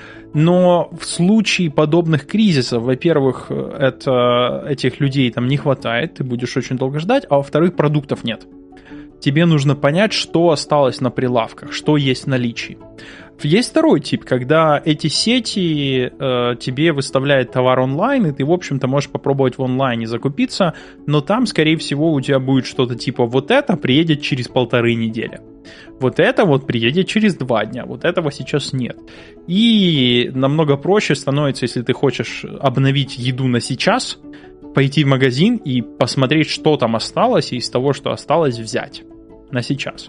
B: Но в случае подобных кризисов, во-первых, это, этих людей там не хватает, ты будешь очень долго ждать, а во-вторых, продуктов нет. Тебе нужно понять, что осталось на прилавках, что есть в наличии. Есть второй тип, когда эти сети э, тебе выставляют товар онлайн, и ты, в общем-то, можешь попробовать в онлайне закупиться, но там, скорее всего, у тебя будет что-то типа вот это приедет через полторы недели. Вот это вот приедет через два дня, вот этого сейчас нет. И намного проще становится, если ты хочешь обновить еду на сейчас, пойти в магазин и посмотреть, что там осталось, и из того, что осталось, взять на сейчас.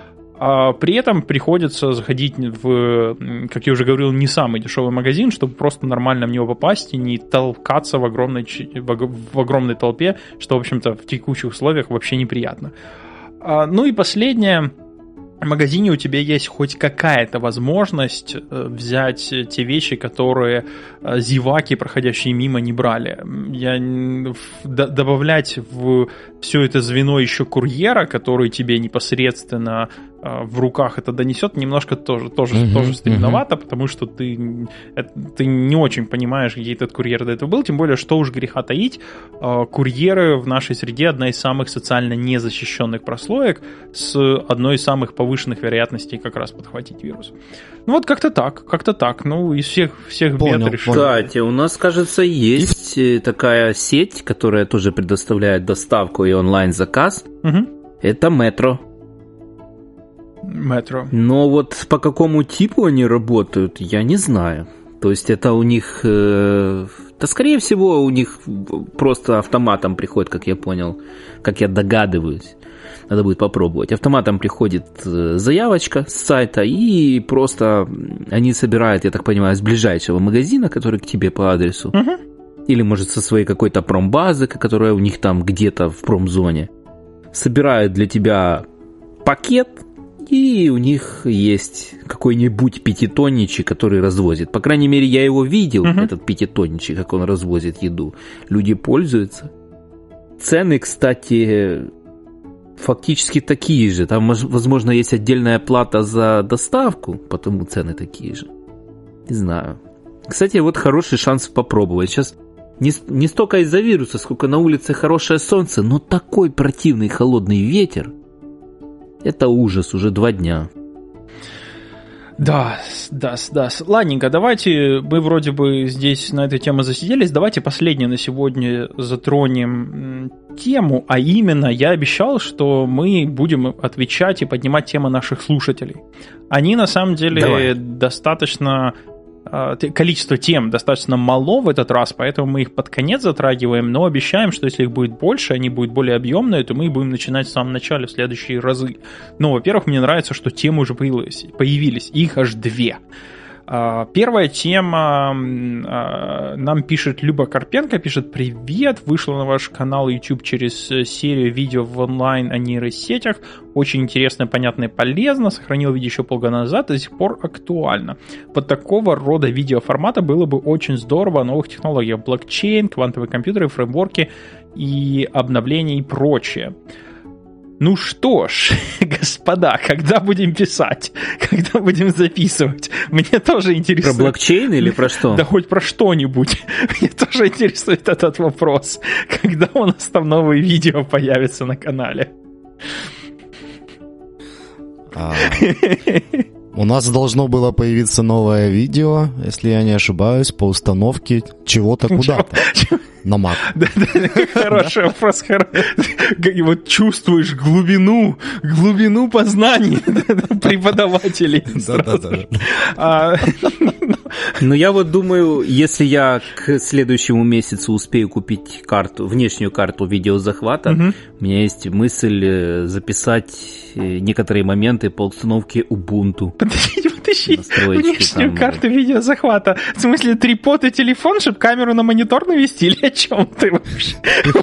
B: А при этом приходится заходить в, как я уже говорил, не самый дешевый магазин, чтобы просто нормально в него попасть и не толкаться в огромной, в огромной толпе, что, в общем-то, в текущих условиях вообще неприятно. А, ну и последнее. В магазине у тебя есть хоть какая-то возможность взять те вещи, которые зеваки, проходящие мимо, не брали. Я, добавлять в все это звено еще курьера, который тебе непосредственно в руках это донесет, немножко тоже, тоже, uh-huh, тоже стремновато, uh-huh. потому что ты, ты не очень понимаешь, где этот курьер до этого был, тем более, что уж греха таить, курьеры в нашей среде одна из самых социально незащищенных прослоек с одной из самых повышенных вероятностей как раз подхватить вирус. Ну вот как-то так, как-то так, ну из всех, всех
A: понял,
B: бед решили.
C: Кстати, у нас, кажется, есть и... такая сеть, которая тоже предоставляет доставку и онлайн-заказ, uh-huh. это Metro.
B: Metro.
C: Но вот по какому типу они работают, я не знаю. То есть это у них... Э, да, скорее всего, у них просто автоматом приходит, как я понял, как я догадываюсь. Надо будет попробовать. Автоматом приходит заявочка с сайта, и просто они собирают, я так понимаю, с ближайшего магазина, который к тебе по адресу. Угу. Или, может, со своей какой-то промбазы, которая у них там где-то в промзоне. Собирают для тебя пакет, и у них есть какой-нибудь пятитонничек, который развозит. По крайней мере, я его видел, uh-huh. этот пятитонничек, как он развозит еду. Люди пользуются. Цены, кстати, фактически такие же. Там, возможно, есть отдельная плата за доставку, потому цены такие же. Не знаю. Кстати, вот хороший шанс попробовать. Сейчас не, не столько из-за вируса, сколько на улице хорошее солнце, но такой противный холодный ветер. Это ужас, уже два дня.
B: Да, да, да. Ладненько, давайте, мы вроде бы здесь на этой теме засиделись, давайте последнее на сегодня затронем тему, а именно я обещал, что мы будем отвечать и поднимать темы наших слушателей. Они на самом деле Давай. достаточно... Количество тем достаточно мало в этот раз, поэтому мы их под конец затрагиваем, но обещаем, что если их будет больше, они будут более объемные, то мы будем начинать в самом начале в следующие разы. Но, во-первых, мне нравится, что темы уже появились, появились. Их аж две. Первая тема, нам пишет Люба Карпенко, пишет: «Привет, вышла на ваш канал YouTube через серию видео в онлайн о нейросетях, очень интересно, понятно и полезно, сохранил видео еще полгода назад, до сих пор актуально. Под такого рода видеоформата было бы очень здорово о новых технологиях, блокчейн, квантовые компьютеры, фреймворки и обновления и прочее». Ну что ж, господа, когда будем писать? Когда будем записывать? Мне тоже интересует...
C: Про блокчейн или про что?
B: Да хоть про что-нибудь. Мне тоже интересует этот вопрос. Когда у нас там новые видео появятся на канале?
A: А, у нас должно было появиться новое видео, если я не ошибаюсь, по установке чего-то куда-то. На Mac.
B: Хороший вопрос. Вот чувствуешь глубину, глубину познаний преподавателей. Да-да-да.
C: Ну, я вот думаю, если я к следующему месяцу успею купить карту, внешнюю карту видеозахвата, угу. у меня есть мысль записать некоторые моменты по установке Ubuntu.
B: Подождите, Вытащи внешнюю там, карту видеозахвата. В смысле, трипод и телефон, чтобы камеру на монитор навести? Или о чем ты вообще?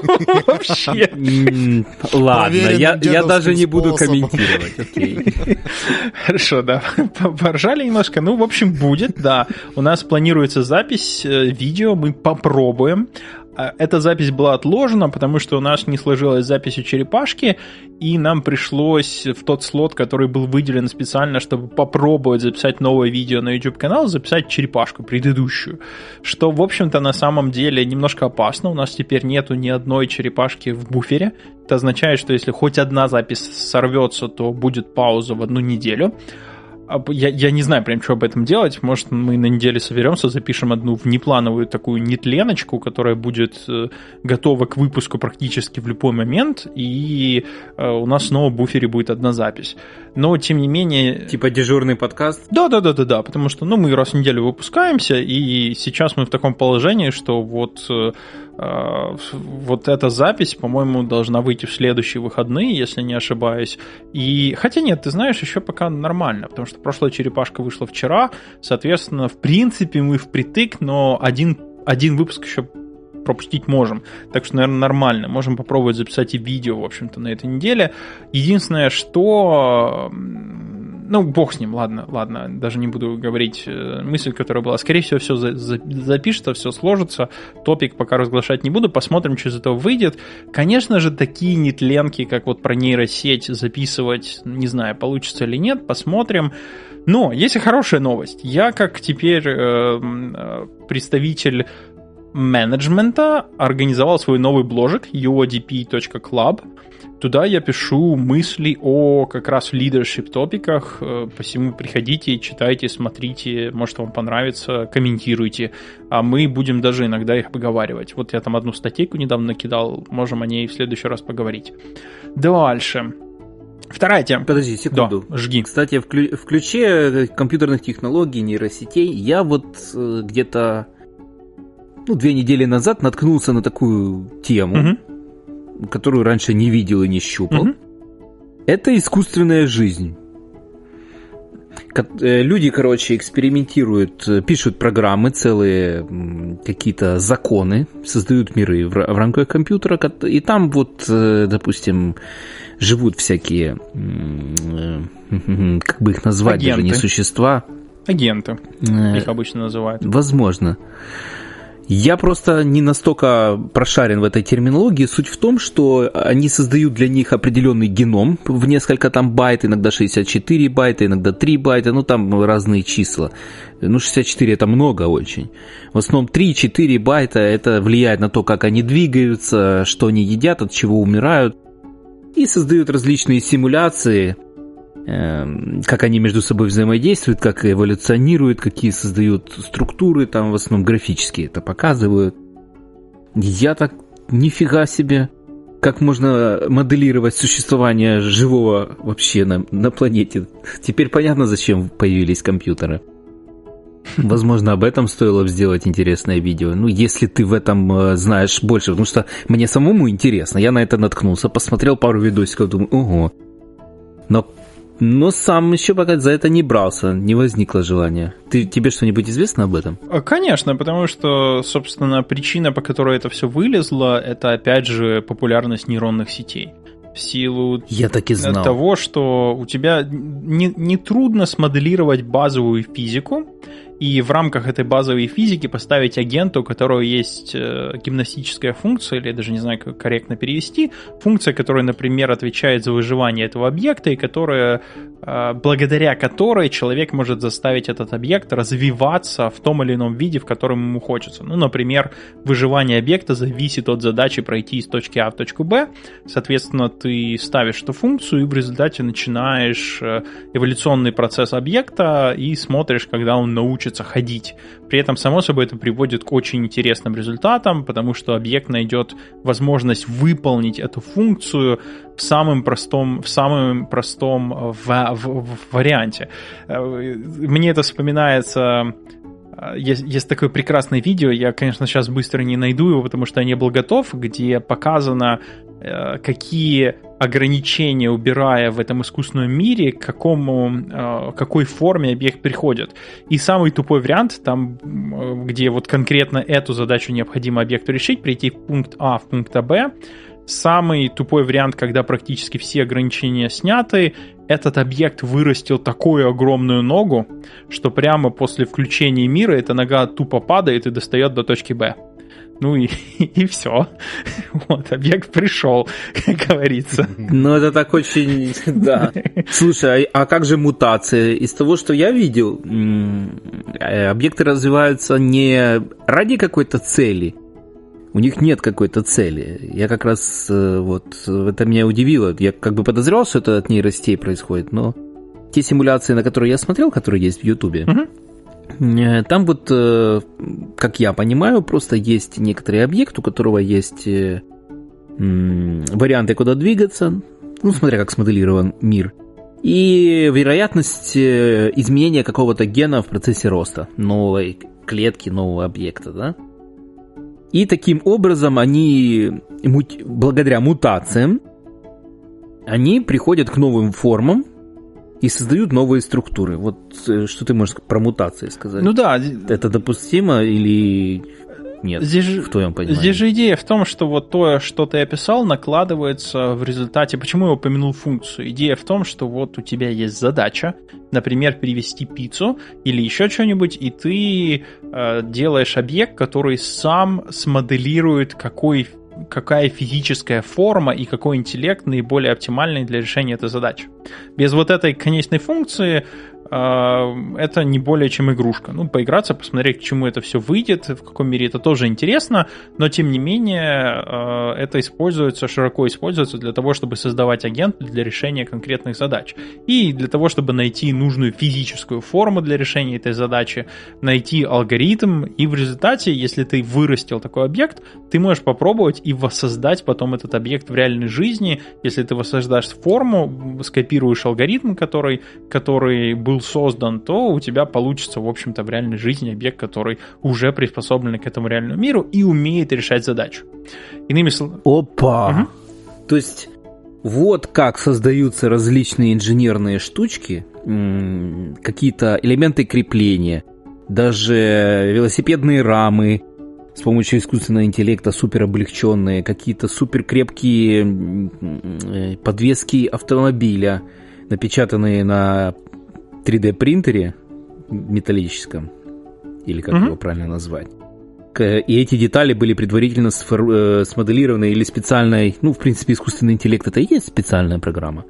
B: Вообще.
C: Ладно, я даже не буду комментировать.
B: Хорошо, да. Поржали немножко. Ну, в общем, будет, да. У нас планируется запись видео, мы попробуем. Эта запись была отложена, потому что у нас не сложилась запись у черепашки, и нам пришлось в тот слот, который был выделен специально, чтобы попробовать записать новое видео на YouTube-канал, записать черепашку предыдущую, что, в общем-то, на самом деле немножко опасно. У нас теперь нету ни одной черепашки в буфере. Это означает, что если хоть одна запись сорвется, то будет пауза в одну неделю. Я, я не знаю прям, что об этом делать. Может, мы на неделе соберемся, запишем одну внеплановую такую нетленочку, которая будет э, готова к выпуску практически в любой момент, и э, у нас снова в буфере будет одна запись. Но, тем не менее...
C: Типа дежурный подкаст?
B: Да-да-да-да, потому что ну, мы раз в неделю выпускаемся, и сейчас мы в таком положении, что вот... Э, вот эта запись, по-моему, должна выйти в следующие выходные, если не ошибаюсь. И хотя нет, ты знаешь, еще пока нормально, потому что прошлая черепашка вышла вчера, соответственно, в принципе мы впритык, но один, один выпуск еще пропустить можем. Так что, наверное, нормально. Можем попробовать записать и видео, в общем-то, на этой неделе. Единственное, что... Ну, бог с ним, ладно, ладно, даже не буду говорить мысль, которая была. Скорее всего, все запишется, все сложится. Топик пока разглашать не буду, посмотрим, что из этого выйдет. Конечно же, такие нетленки, как вот про нейросеть, записывать, не знаю, получится или нет, посмотрим. Но есть и хорошая новость. Я, как теперь э, представитель менеджмента, организовал свой новый бложек ю о ди пи точка клаб. Туда я пишу мысли о как раз leadership топиках, посему приходите, читайте, смотрите, может вам понравится, комментируйте, а мы будем даже иногда их обговаривать. Вот я там одну статейку недавно накидал, можем о ней в следующий раз поговорить. Дальше. Вторая тема.
C: Подожди секунду.
B: Да, жги.
C: Кстати, в, ключ- в ключе компьютерных технологий, нейросетей, я вот э, где-то ну, две недели назад наткнулся на такую тему, угу. которую раньше не видел и не щупал. Угу. Это искусственная жизнь. Люди, короче, экспериментируют, пишут программы, целые какие-то законы, создают миры в рамках компьютера, и там вот, допустим, живут всякие, как бы их назвать, агенты. Даже не существа.
B: Агенты, их обычно называют.
C: Возможно. Я просто не настолько прошарен в этой терминологии. Суть в том, что они создают для них определенный геном в несколько там байт, иногда шестьдесят четыре байта, иногда три байта, ну там разные числа. Ну шестьдесят четыре это много очень. В основном три-четыре байта это влияет на то, как они двигаются, что они едят, от чего умирают. И создают различные симуляции, как они между собой взаимодействуют, как эволюционируют, какие создают структуры, там в основном графические это показывают. Я так, нифига себе, как можно моделировать существование живого вообще на, на планете. Теперь понятно, зачем появились компьютеры. Возможно, об этом стоило бы сделать интересное видео. Ну, если ты в этом знаешь больше, потому что мне самому интересно. Я на это наткнулся, посмотрел пару видосиков, думаю, ого. Но Но сам еще пока за это не брался, не возникло желания. Ты, тебе что-нибудь известно об этом?
B: Конечно, потому что, собственно, причина, по которой это все вылезло, это, опять же, популярность нейронных сетей. В силу
C: Я так и знал.
B: того, что у тебя не, не трудно смоделировать базовую физику, и в рамках этой базовой физики поставить агента, у которого есть э, гимнастическая функция, или я даже не знаю, как корректно перевести, функция, которая, например, отвечает за выживание этого объекта, и которая, э, благодаря которой человек может заставить этот объект развиваться в том или ином виде, в котором ему хочется. Ну, например, выживание объекта зависит от задачи пройти из точки А в точку Б, соответственно, ты ставишь эту функцию, и в результате начинаешь эволюционный процесс объекта и смотришь, когда он научится ходить. При этом, само собой, это приводит к очень интересным результатам, потому что объект найдет возможность выполнить эту функцию в самом простом, в самом простом в, в, в варианте. Мне это вспоминается... Есть, есть такое прекрасное видео, я, конечно, сейчас быстро не найду его, потому что я не был готов, где показано, какие ограничения, убирая в этом искусственном мире, к какому, какой форме объект приходит. И самый тупой вариант, там, где вот конкретно эту задачу необходимо объекту решить, прийти в пункт А в пункт Б, самый тупой вариант, когда практически все ограничения сняты, этот объект вырастил такую огромную ногу, что прямо после включения мира эта нога тупо падает и достает до точки Б. Ну и, и все. Вот, объект пришел, как говорится.
C: Ну, это так очень... Да. Слушай, а как же мутации? Из того, что я видел, объекты развиваются не ради какой-то цели. У них нет какой-то цели. Я как раз... Вот, это меня удивило. Я как бы подозревал, что это от нейросетей происходит, но те симуляции, на которые я смотрел, которые есть в Ютубе, угу. Там вот, как я понимаю, просто есть некоторый объект, у которого есть варианты, куда двигаться, ну, смотря как смоделирован мир, и вероятность изменения какого-то гена в процессе роста новой клетки, нового объекта, да? И таким образом они, благодаря мутациям, они приходят к новым формам, и создают новые структуры. Вот что ты можешь про мутации сказать?
B: Ну да.
C: Это допустимо или нет,
B: здесь
C: в твоем понимании?
B: Здесь же идея в том, что вот то, что ты описал, накладывается в результате... Почему я упомянул функцию? Идея в том, что вот у тебя есть задача, например, перевести пиццу или еще что-нибудь, и ты э, делаешь объект, который сам смоделирует, какой какая физическая форма и какой интеллект наиболее оптимальный для решения этой задачи. Без вот этой конечной функции это не более чем игрушка. Ну, поиграться, посмотреть, к чему это все выйдет, в каком мире это тоже интересно, но, тем не менее, это используется, широко используется для того, чтобы создавать агенты для решения конкретных задач. И для того, чтобы найти нужную физическую форму для решения этой задачи, найти алгоритм, и в результате, если ты вырастил такой объект, ты можешь попробовать и воссоздать потом этот объект в реальной жизни. Если ты воссоздашь форму, скопируешь алгоритм, который, который был создан, то у тебя получится, в общем-то, в реальной жизни объект, который уже приспособлен к этому реальному миру и умеет решать задачу. Иными словами...
C: Опа! Угу. То есть вот как создаются различные инженерные штучки, какие-то элементы крепления, даже велосипедные рамы с помощью искусственного интеллекта супер облегченные, какие-то супер крепкие подвески автомобиля, напечатанные на три дэ принтере металлическом, или как mm-hmm. его правильно назвать. И эти детали были предварительно сфор- смоделированы или специальной, ну, в принципе, искусственный интеллект это и есть специальная программа.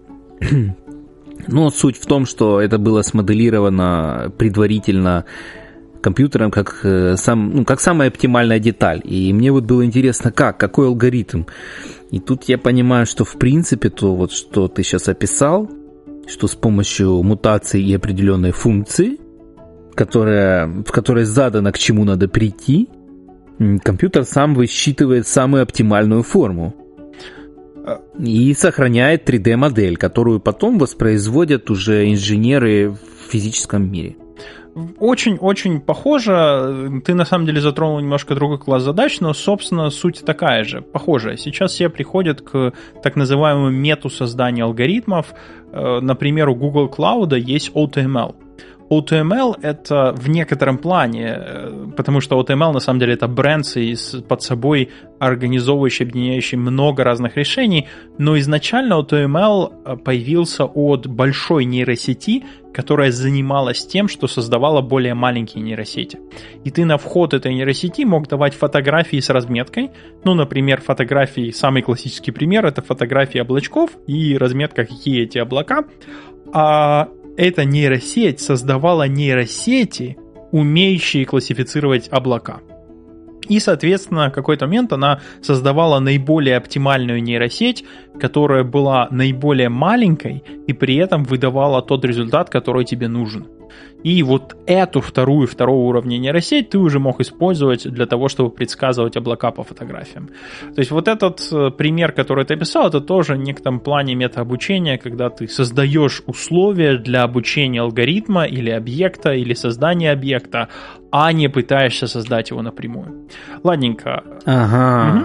C: Но суть в том, что это было смоделировано предварительно компьютером как, сам, ну, как самая оптимальная деталь. И мне вот было интересно, как, какой алгоритм. И тут я понимаю, что в принципе то, вот, что ты сейчас описал, что с помощью мутации и определенной функции, которая, в которой задано, к чему надо прийти, компьютер сам высчитывает самую оптимальную форму и сохраняет три дэ-модель, которую потом воспроизводят уже инженеры в физическом мире.
B: Очень-очень похоже. Ты на самом деле затронул немножко другой класс задач, но, собственно, суть такая же, похожая. Сейчас все приходят к так называемому мету создания алгоритмов. Например, у Google Cloud есть о ти эм эл. о ти эм эл — это в некотором плане, потому что о ти эм эл на самом деле это бренд под собой организовывающий, объединяющий много разных решений, но изначально о ти эм эл появился от большой нейросети, которая занималась тем, что создавала более маленькие нейросети. И ты на вход этой нейросети мог давать фотографии с разметкой. Ну, например, фотографии, самый классический пример — это фотографии облачков и разметка, какие эти облака. А эта нейросеть создавала нейросети, умеющие классифицировать облака. И, соответственно, в какой-то момент она создавала наиболее оптимальную нейросеть, которая была наиболее маленькой и при этом выдавала тот результат, который тебе нужен. И вот эту вторую, второго уровня нейросеть ты уже мог использовать для того, чтобы предсказывать облака по фотографиям. То есть вот этот пример, который ты описал, это тоже в некотором плане метаобучения, когда ты создаешь условия для обучения алгоритма или объекта, или создания объекта, а не пытаешься создать его напрямую. Ладненько.
C: Ага. Угу.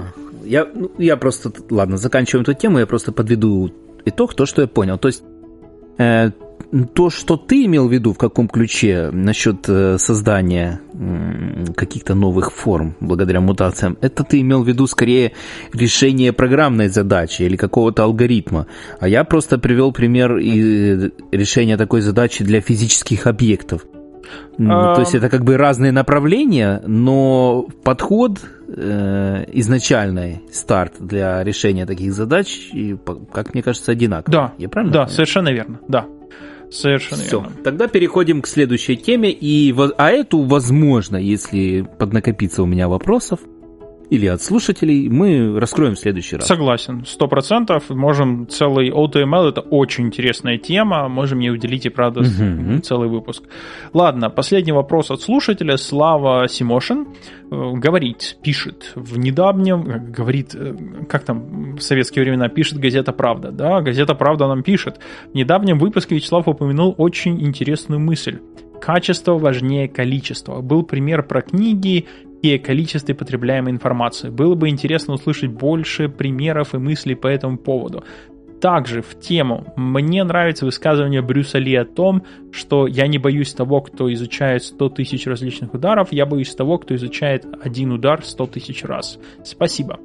C: Я, ну, я просто, ладно, заканчиваем эту тему, я просто подведу итог, то, что я понял. То есть, э, то, что ты имел в виду, в каком ключе насчет э, создания э, каких-то новых форм благодаря мутациям, это ты имел в виду скорее решение программной задачи или какого-то алгоритма. А я просто привел пример и решения такой задачи для физических объектов. А... То есть это как бы разные направления, но подход, э, изначальный старт для решения таких задач, как мне кажется, одинаковый.
B: Да,
C: я правильно
B: да,
C: понимаю? Совершенно
B: верно, да. Совершенно
C: Все,
B: верно.
C: тогда переходим к следующей теме, и, а эту, возможно, если поднакопится у меня вопросов, или от слушателей, мы раскроем в следующий раз.
B: Согласен, сто процентов. Можем целый о ти эм эл, это очень интересная тема, можем ей уделить и, правда, uh-huh. целый выпуск. Ладно, последний вопрос от слушателя. Слава Симошин говорит, пишет в недавнем, говорит, как там в советские времена, пишет газета «Правда». Да, газета «Правда» нам пишет. В недавнем выпуске Вячеслав упомянул очень интересную мысль. Качество важнее количества. Был пример про книги и о количестве потребляемой информации. Было бы интересно услышать больше примеров и мыслей по этому поводу. Также в тему. Мне нравится высказывание Брюса Ли о том, что я не боюсь того, кто изучает сто тысяч различных ударов, я боюсь того, кто изучает один удар сто тысяч раз. Спасибо.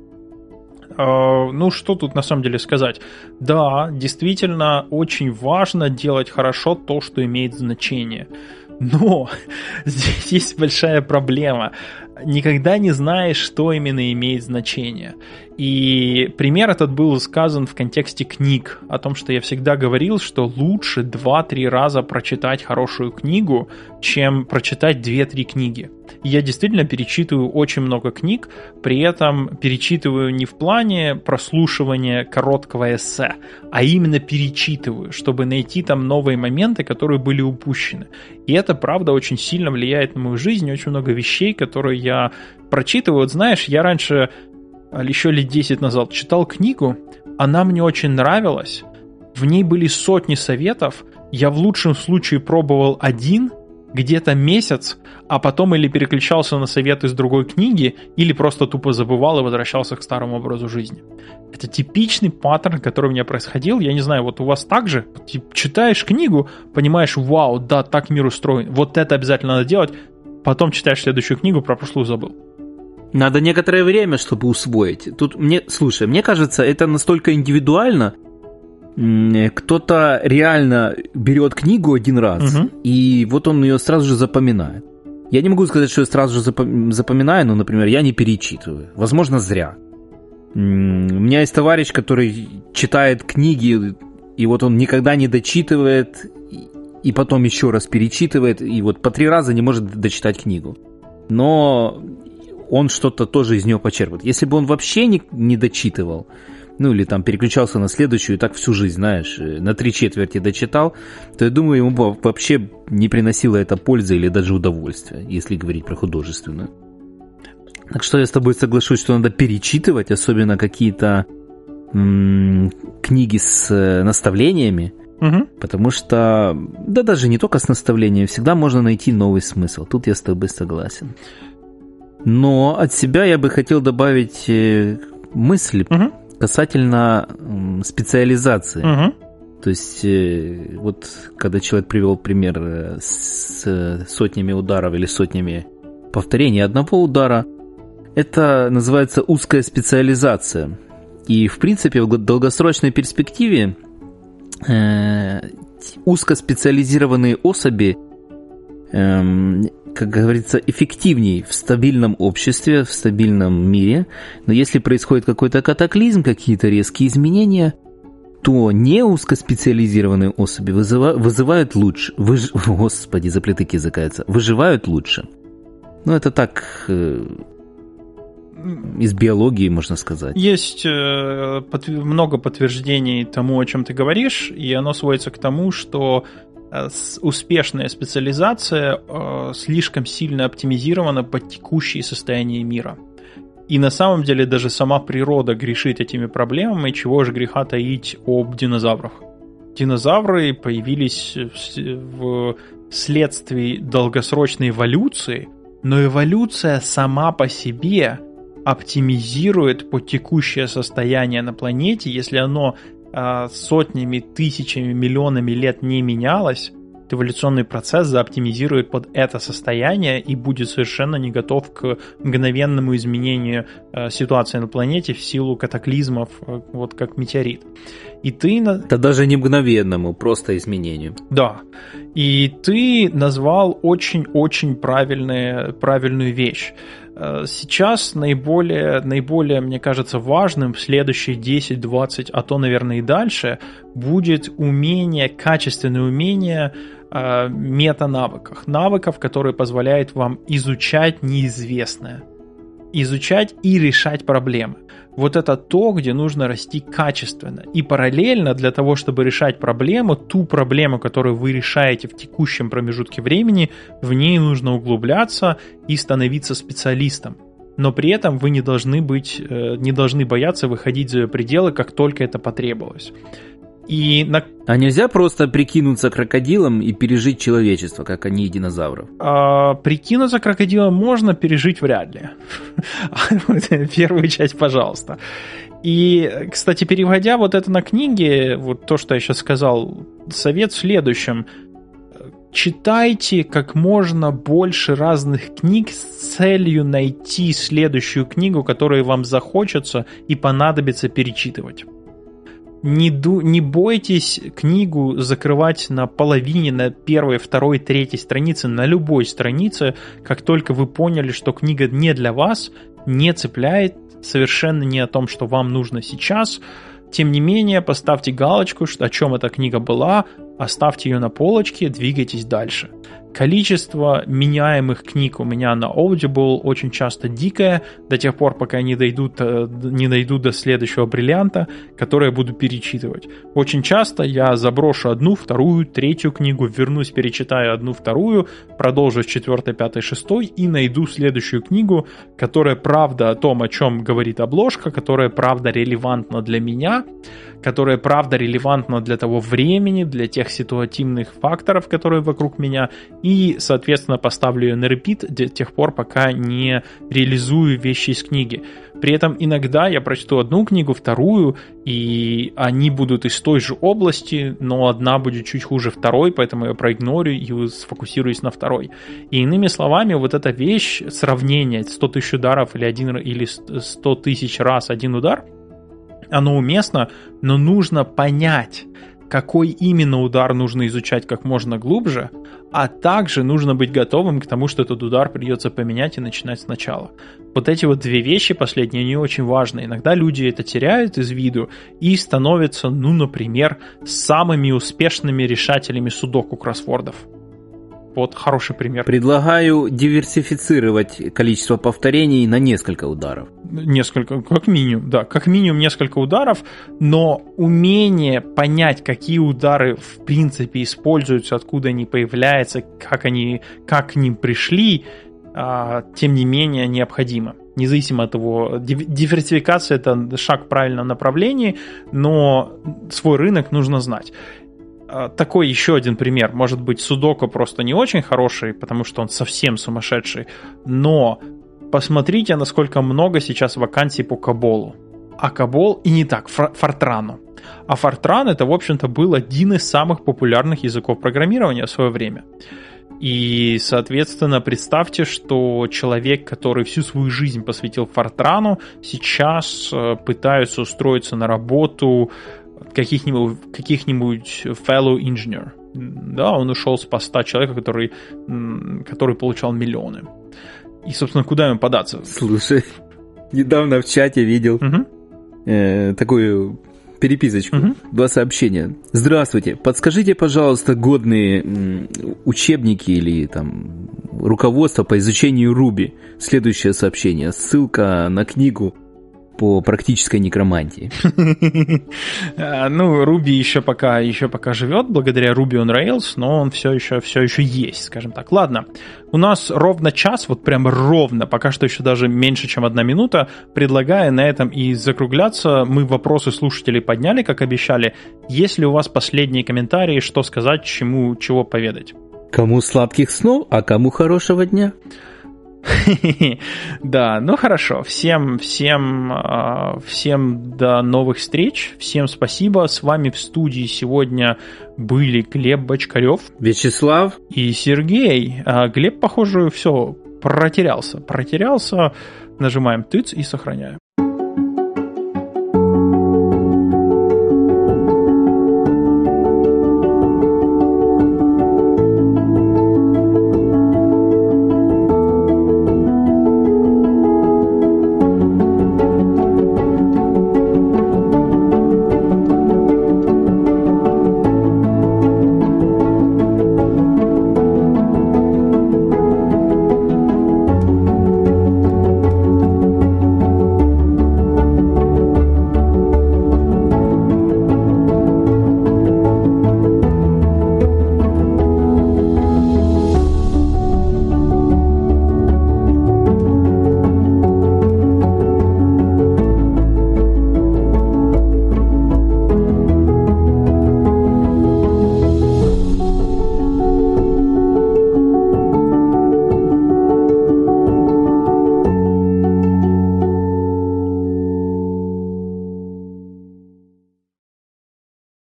B: Ну, что тут на самом деле сказать? Да, действительно, очень важно делать хорошо то, что имеет значение. Но здесь есть большая проблема. Никогда не знаешь, что именно имеет значение. И пример этот был сказан в контексте книг. О том, что я всегда говорил, что лучше два-три раза прочитать хорошую книгу, чем прочитать две-три книги. И я действительно перечитываю очень много книг, при этом перечитываю не в плане прослушивания короткого эссе, а именно перечитываю, чтобы найти там новые моменты, которые были упущены. И это, правда, очень сильно влияет на мою жизнь, очень много вещей, которые я прочитываю. Вот знаешь, я раньше, еще лет десять назад, читал книгу, она мне очень нравилась, в ней были сотни советов, я в лучшем случае пробовал один, где-то месяц, а потом или переключался на советы из другой книги, или просто тупо забывал и возвращался к старому образу жизни. Это типичный паттерн, который у меня происходил. Я не знаю, вот у вас так же? Ты читаешь книгу, понимаешь, вау, да, так мир устроен, вот это обязательно надо делать, потом читаешь следующую книгу, про прошлую забыл.
C: Надо некоторое время, чтобы усвоить. Тут мне, слушай, мне кажется, это настолько индивидуально. Кто-то реально берет книгу один раз, угу. и вот он ее сразу же запоминает. Я не могу сказать, что я сразу же запоминаю, но, например, я не перечитываю. Возможно, зря. У меня есть товарищ, который читает книги, и вот он никогда не дочитывает, и потом еще раз перечитывает, и вот по три раза не может дочитать книгу. Но он что-то тоже из нее почерпывает. Если бы он вообще не, не дочитывал, ну или там переключался на следующую и так всю жизнь, знаешь, на три четверти дочитал, то я думаю, ему бы вообще не приносило это пользы или даже удовольствия, если говорить про художественную. Так что я с тобой соглашусь, что надо перечитывать, особенно какие-то м- книги с наставлениями, угу. потому что, да даже не только с наставлениями, всегда можно найти новый смысл. Тут я с тобой согласен. Но от себя я бы хотел добавить мысль, угу. касательно специализации. Угу. То есть, вот когда человек привел пример с сотнями ударов или сотнями повторений одного удара, это называется узкая специализация. И, в принципе, в долгосрочной перспективе э, узкоспециализированные особи, э, как говорится, эффективнее в стабильном обществе, в стабильном мире. Но если происходит какой-то катаклизм, какие-то резкие изменения, то не узкоспециализированные особи вызыва, вызывают лучше. Выж... Господи, заплетыки языкаются. Выживают лучше. Ну, это так... Э, из биологии, можно сказать.
B: Есть э, под, много подтверждений тому, о чем ты говоришь, и оно сводится к тому, что э, успешная специализация э, слишком сильно оптимизирована под текущее состояние мира. И на самом деле даже сама природа грешит этими проблемами, чего же греха таить об динозаврах. Динозавры появились в вследствие долгосрочной эволюции, но эволюция сама по себе оптимизирует под текущее состояние на планете, если оно э, сотнями, тысячами, миллионами лет не менялось, эволюционный процесс заоптимизирует под это состояние и будет совершенно не готов к мгновенному изменению э, ситуации на планете в силу катаклизмов, э, вот как метеорит. И ты...
C: Да даже не мгновенному, просто изменению.
B: Да. И ты назвал очень-очень правильную, правильную вещь. Сейчас наиболее, наиболее, мне кажется, важным в следующие десять, двадцать, а то, наверное, и дальше будет умение, качественное умение э, мета-навыков. Навыков, которые позволяют вам изучать неизвестное. Изучать и решать проблемы. Вот это то, где нужно расти качественно. И параллельно для того, чтобы решать проблему, ту проблему, которую вы решаете в текущем промежутке времени, в ней нужно углубляться и становиться специалистом. Но при этом вы не должны быть, не должны бояться выходить за ее пределы, как только это потребовалось. И на...
C: А нельзя просто прикинуться крокодилом и пережить человечество, как они и динозавров?
B: А, прикинуться крокодилом можно, пережить вряд ли. Первую часть, пожалуйста. И, кстати, переводя вот это на книги, вот то, что я сейчас сказал, совет в следующем. Читайте как можно больше разных книг с целью найти следующую книгу, которую вам захочется и понадобится перечитывать. Не, ду, не бойтесь книгу закрывать на половине, на первой, второй, третьей странице, на любой странице, как только вы поняли, что книга не для вас, не цепляет, совершенно не о том, что вам нужно сейчас. Тем не менее, поставьте галочку, что, о чем эта книга была, оставьте ее на полочке, двигайтесь дальше. Количество меняемых книг у меня на Audible очень часто дикое, до тех пор, пока не дойдут, не дойдут до следующего бриллианта, который я буду перечитывать. Очень часто я заброшу одну, вторую, третью книгу, вернусь, перечитаю одну, вторую, продолжу с четвертой, пятой, шестой и найду следующую книгу, которая правда о том, о чем говорит обложка, которая правда релевантна для меня, которая правда релевантна для того времени, для тех ситуативных факторов, которые вокруг меня, и, соответственно, поставлю ее на репит до тех пор, пока не реализую вещи из книги. При этом иногда я прочту одну книгу, вторую, и они будут из той же области, но одна будет чуть хуже второй, поэтому я проигнорю и сфокусируюсь на второй. И иными словами, вот эта вещь, сравнение сто тысяч ударов или, один, или сто тысяч раз один удар, оно уместно, но нужно понять, какой именно удар нужно изучать как можно глубже, а также нужно быть готовым к тому, что этот удар придется поменять и начинать сначала. Вот эти вот две вещи последние, они очень важны. Иногда люди это теряют из виду и становятся, ну, например, самыми успешными решателями судоку-кроссвордов. Вот хороший пример.
C: Предлагаю диверсифицировать количество повторений на несколько ударов.
B: Несколько, как минимум, да, как минимум несколько ударов, но умение понять, какие удары в принципе используются, откуда они появляются, как они, как к ним пришли, а, тем не менее необходимо. Независимо от того, диверсификация – это шаг в правильном направлении, но свой рынок нужно знать. Такой еще один пример. Может быть, судоку просто не очень хороший, потому что он совсем сумасшедший, но посмотрите, насколько много сейчас вакансий по Каболу. А Кабол и не так, Фортрану. А Фортран это, в общем-то, был один из самых популярных языков программирования в свое время. И, соответственно, представьте, что человек, который всю свою жизнь посвятил Фортрану, сейчас пытается устроиться на работу каких-нибудь, каких-нибудь fellow engineer. Да, он ушел с поста человека, который, который получал миллионы. И, собственно, куда ему податься?
C: Слушай, недавно в чате видел угу. э, такую переписочку, угу. два сообщения. Здравствуйте, подскажите, пожалуйста, годные м, учебники или там руководство по изучению Ruby. Следующее сообщение. Ссылка на книгу по практической некромантии.
B: Ну, Ruby еще пока, еще пока живет, благодаря Ruby on Rails, но он все еще, все еще есть, скажем так. Ладно, у нас ровно час, вот прям ровно, пока что еще даже меньше, чем одна минута. Предлагаю на этом и закругляться. Мы вопросы слушателей подняли, как обещали. Есть ли у вас последние комментарии, что сказать, чему, чего поведать?
C: Кому сладких снов, а кому хорошего дня?
B: Да, ну хорошо. Всем, всем, всем до новых встреч. Всем спасибо. С вами в студии сегодня были Глеб Бочкарев,
C: Вячеслав
B: и Сергей. Глеб, похоже, все, протерялся. Протерялся. Нажимаем тыц и сохраняем.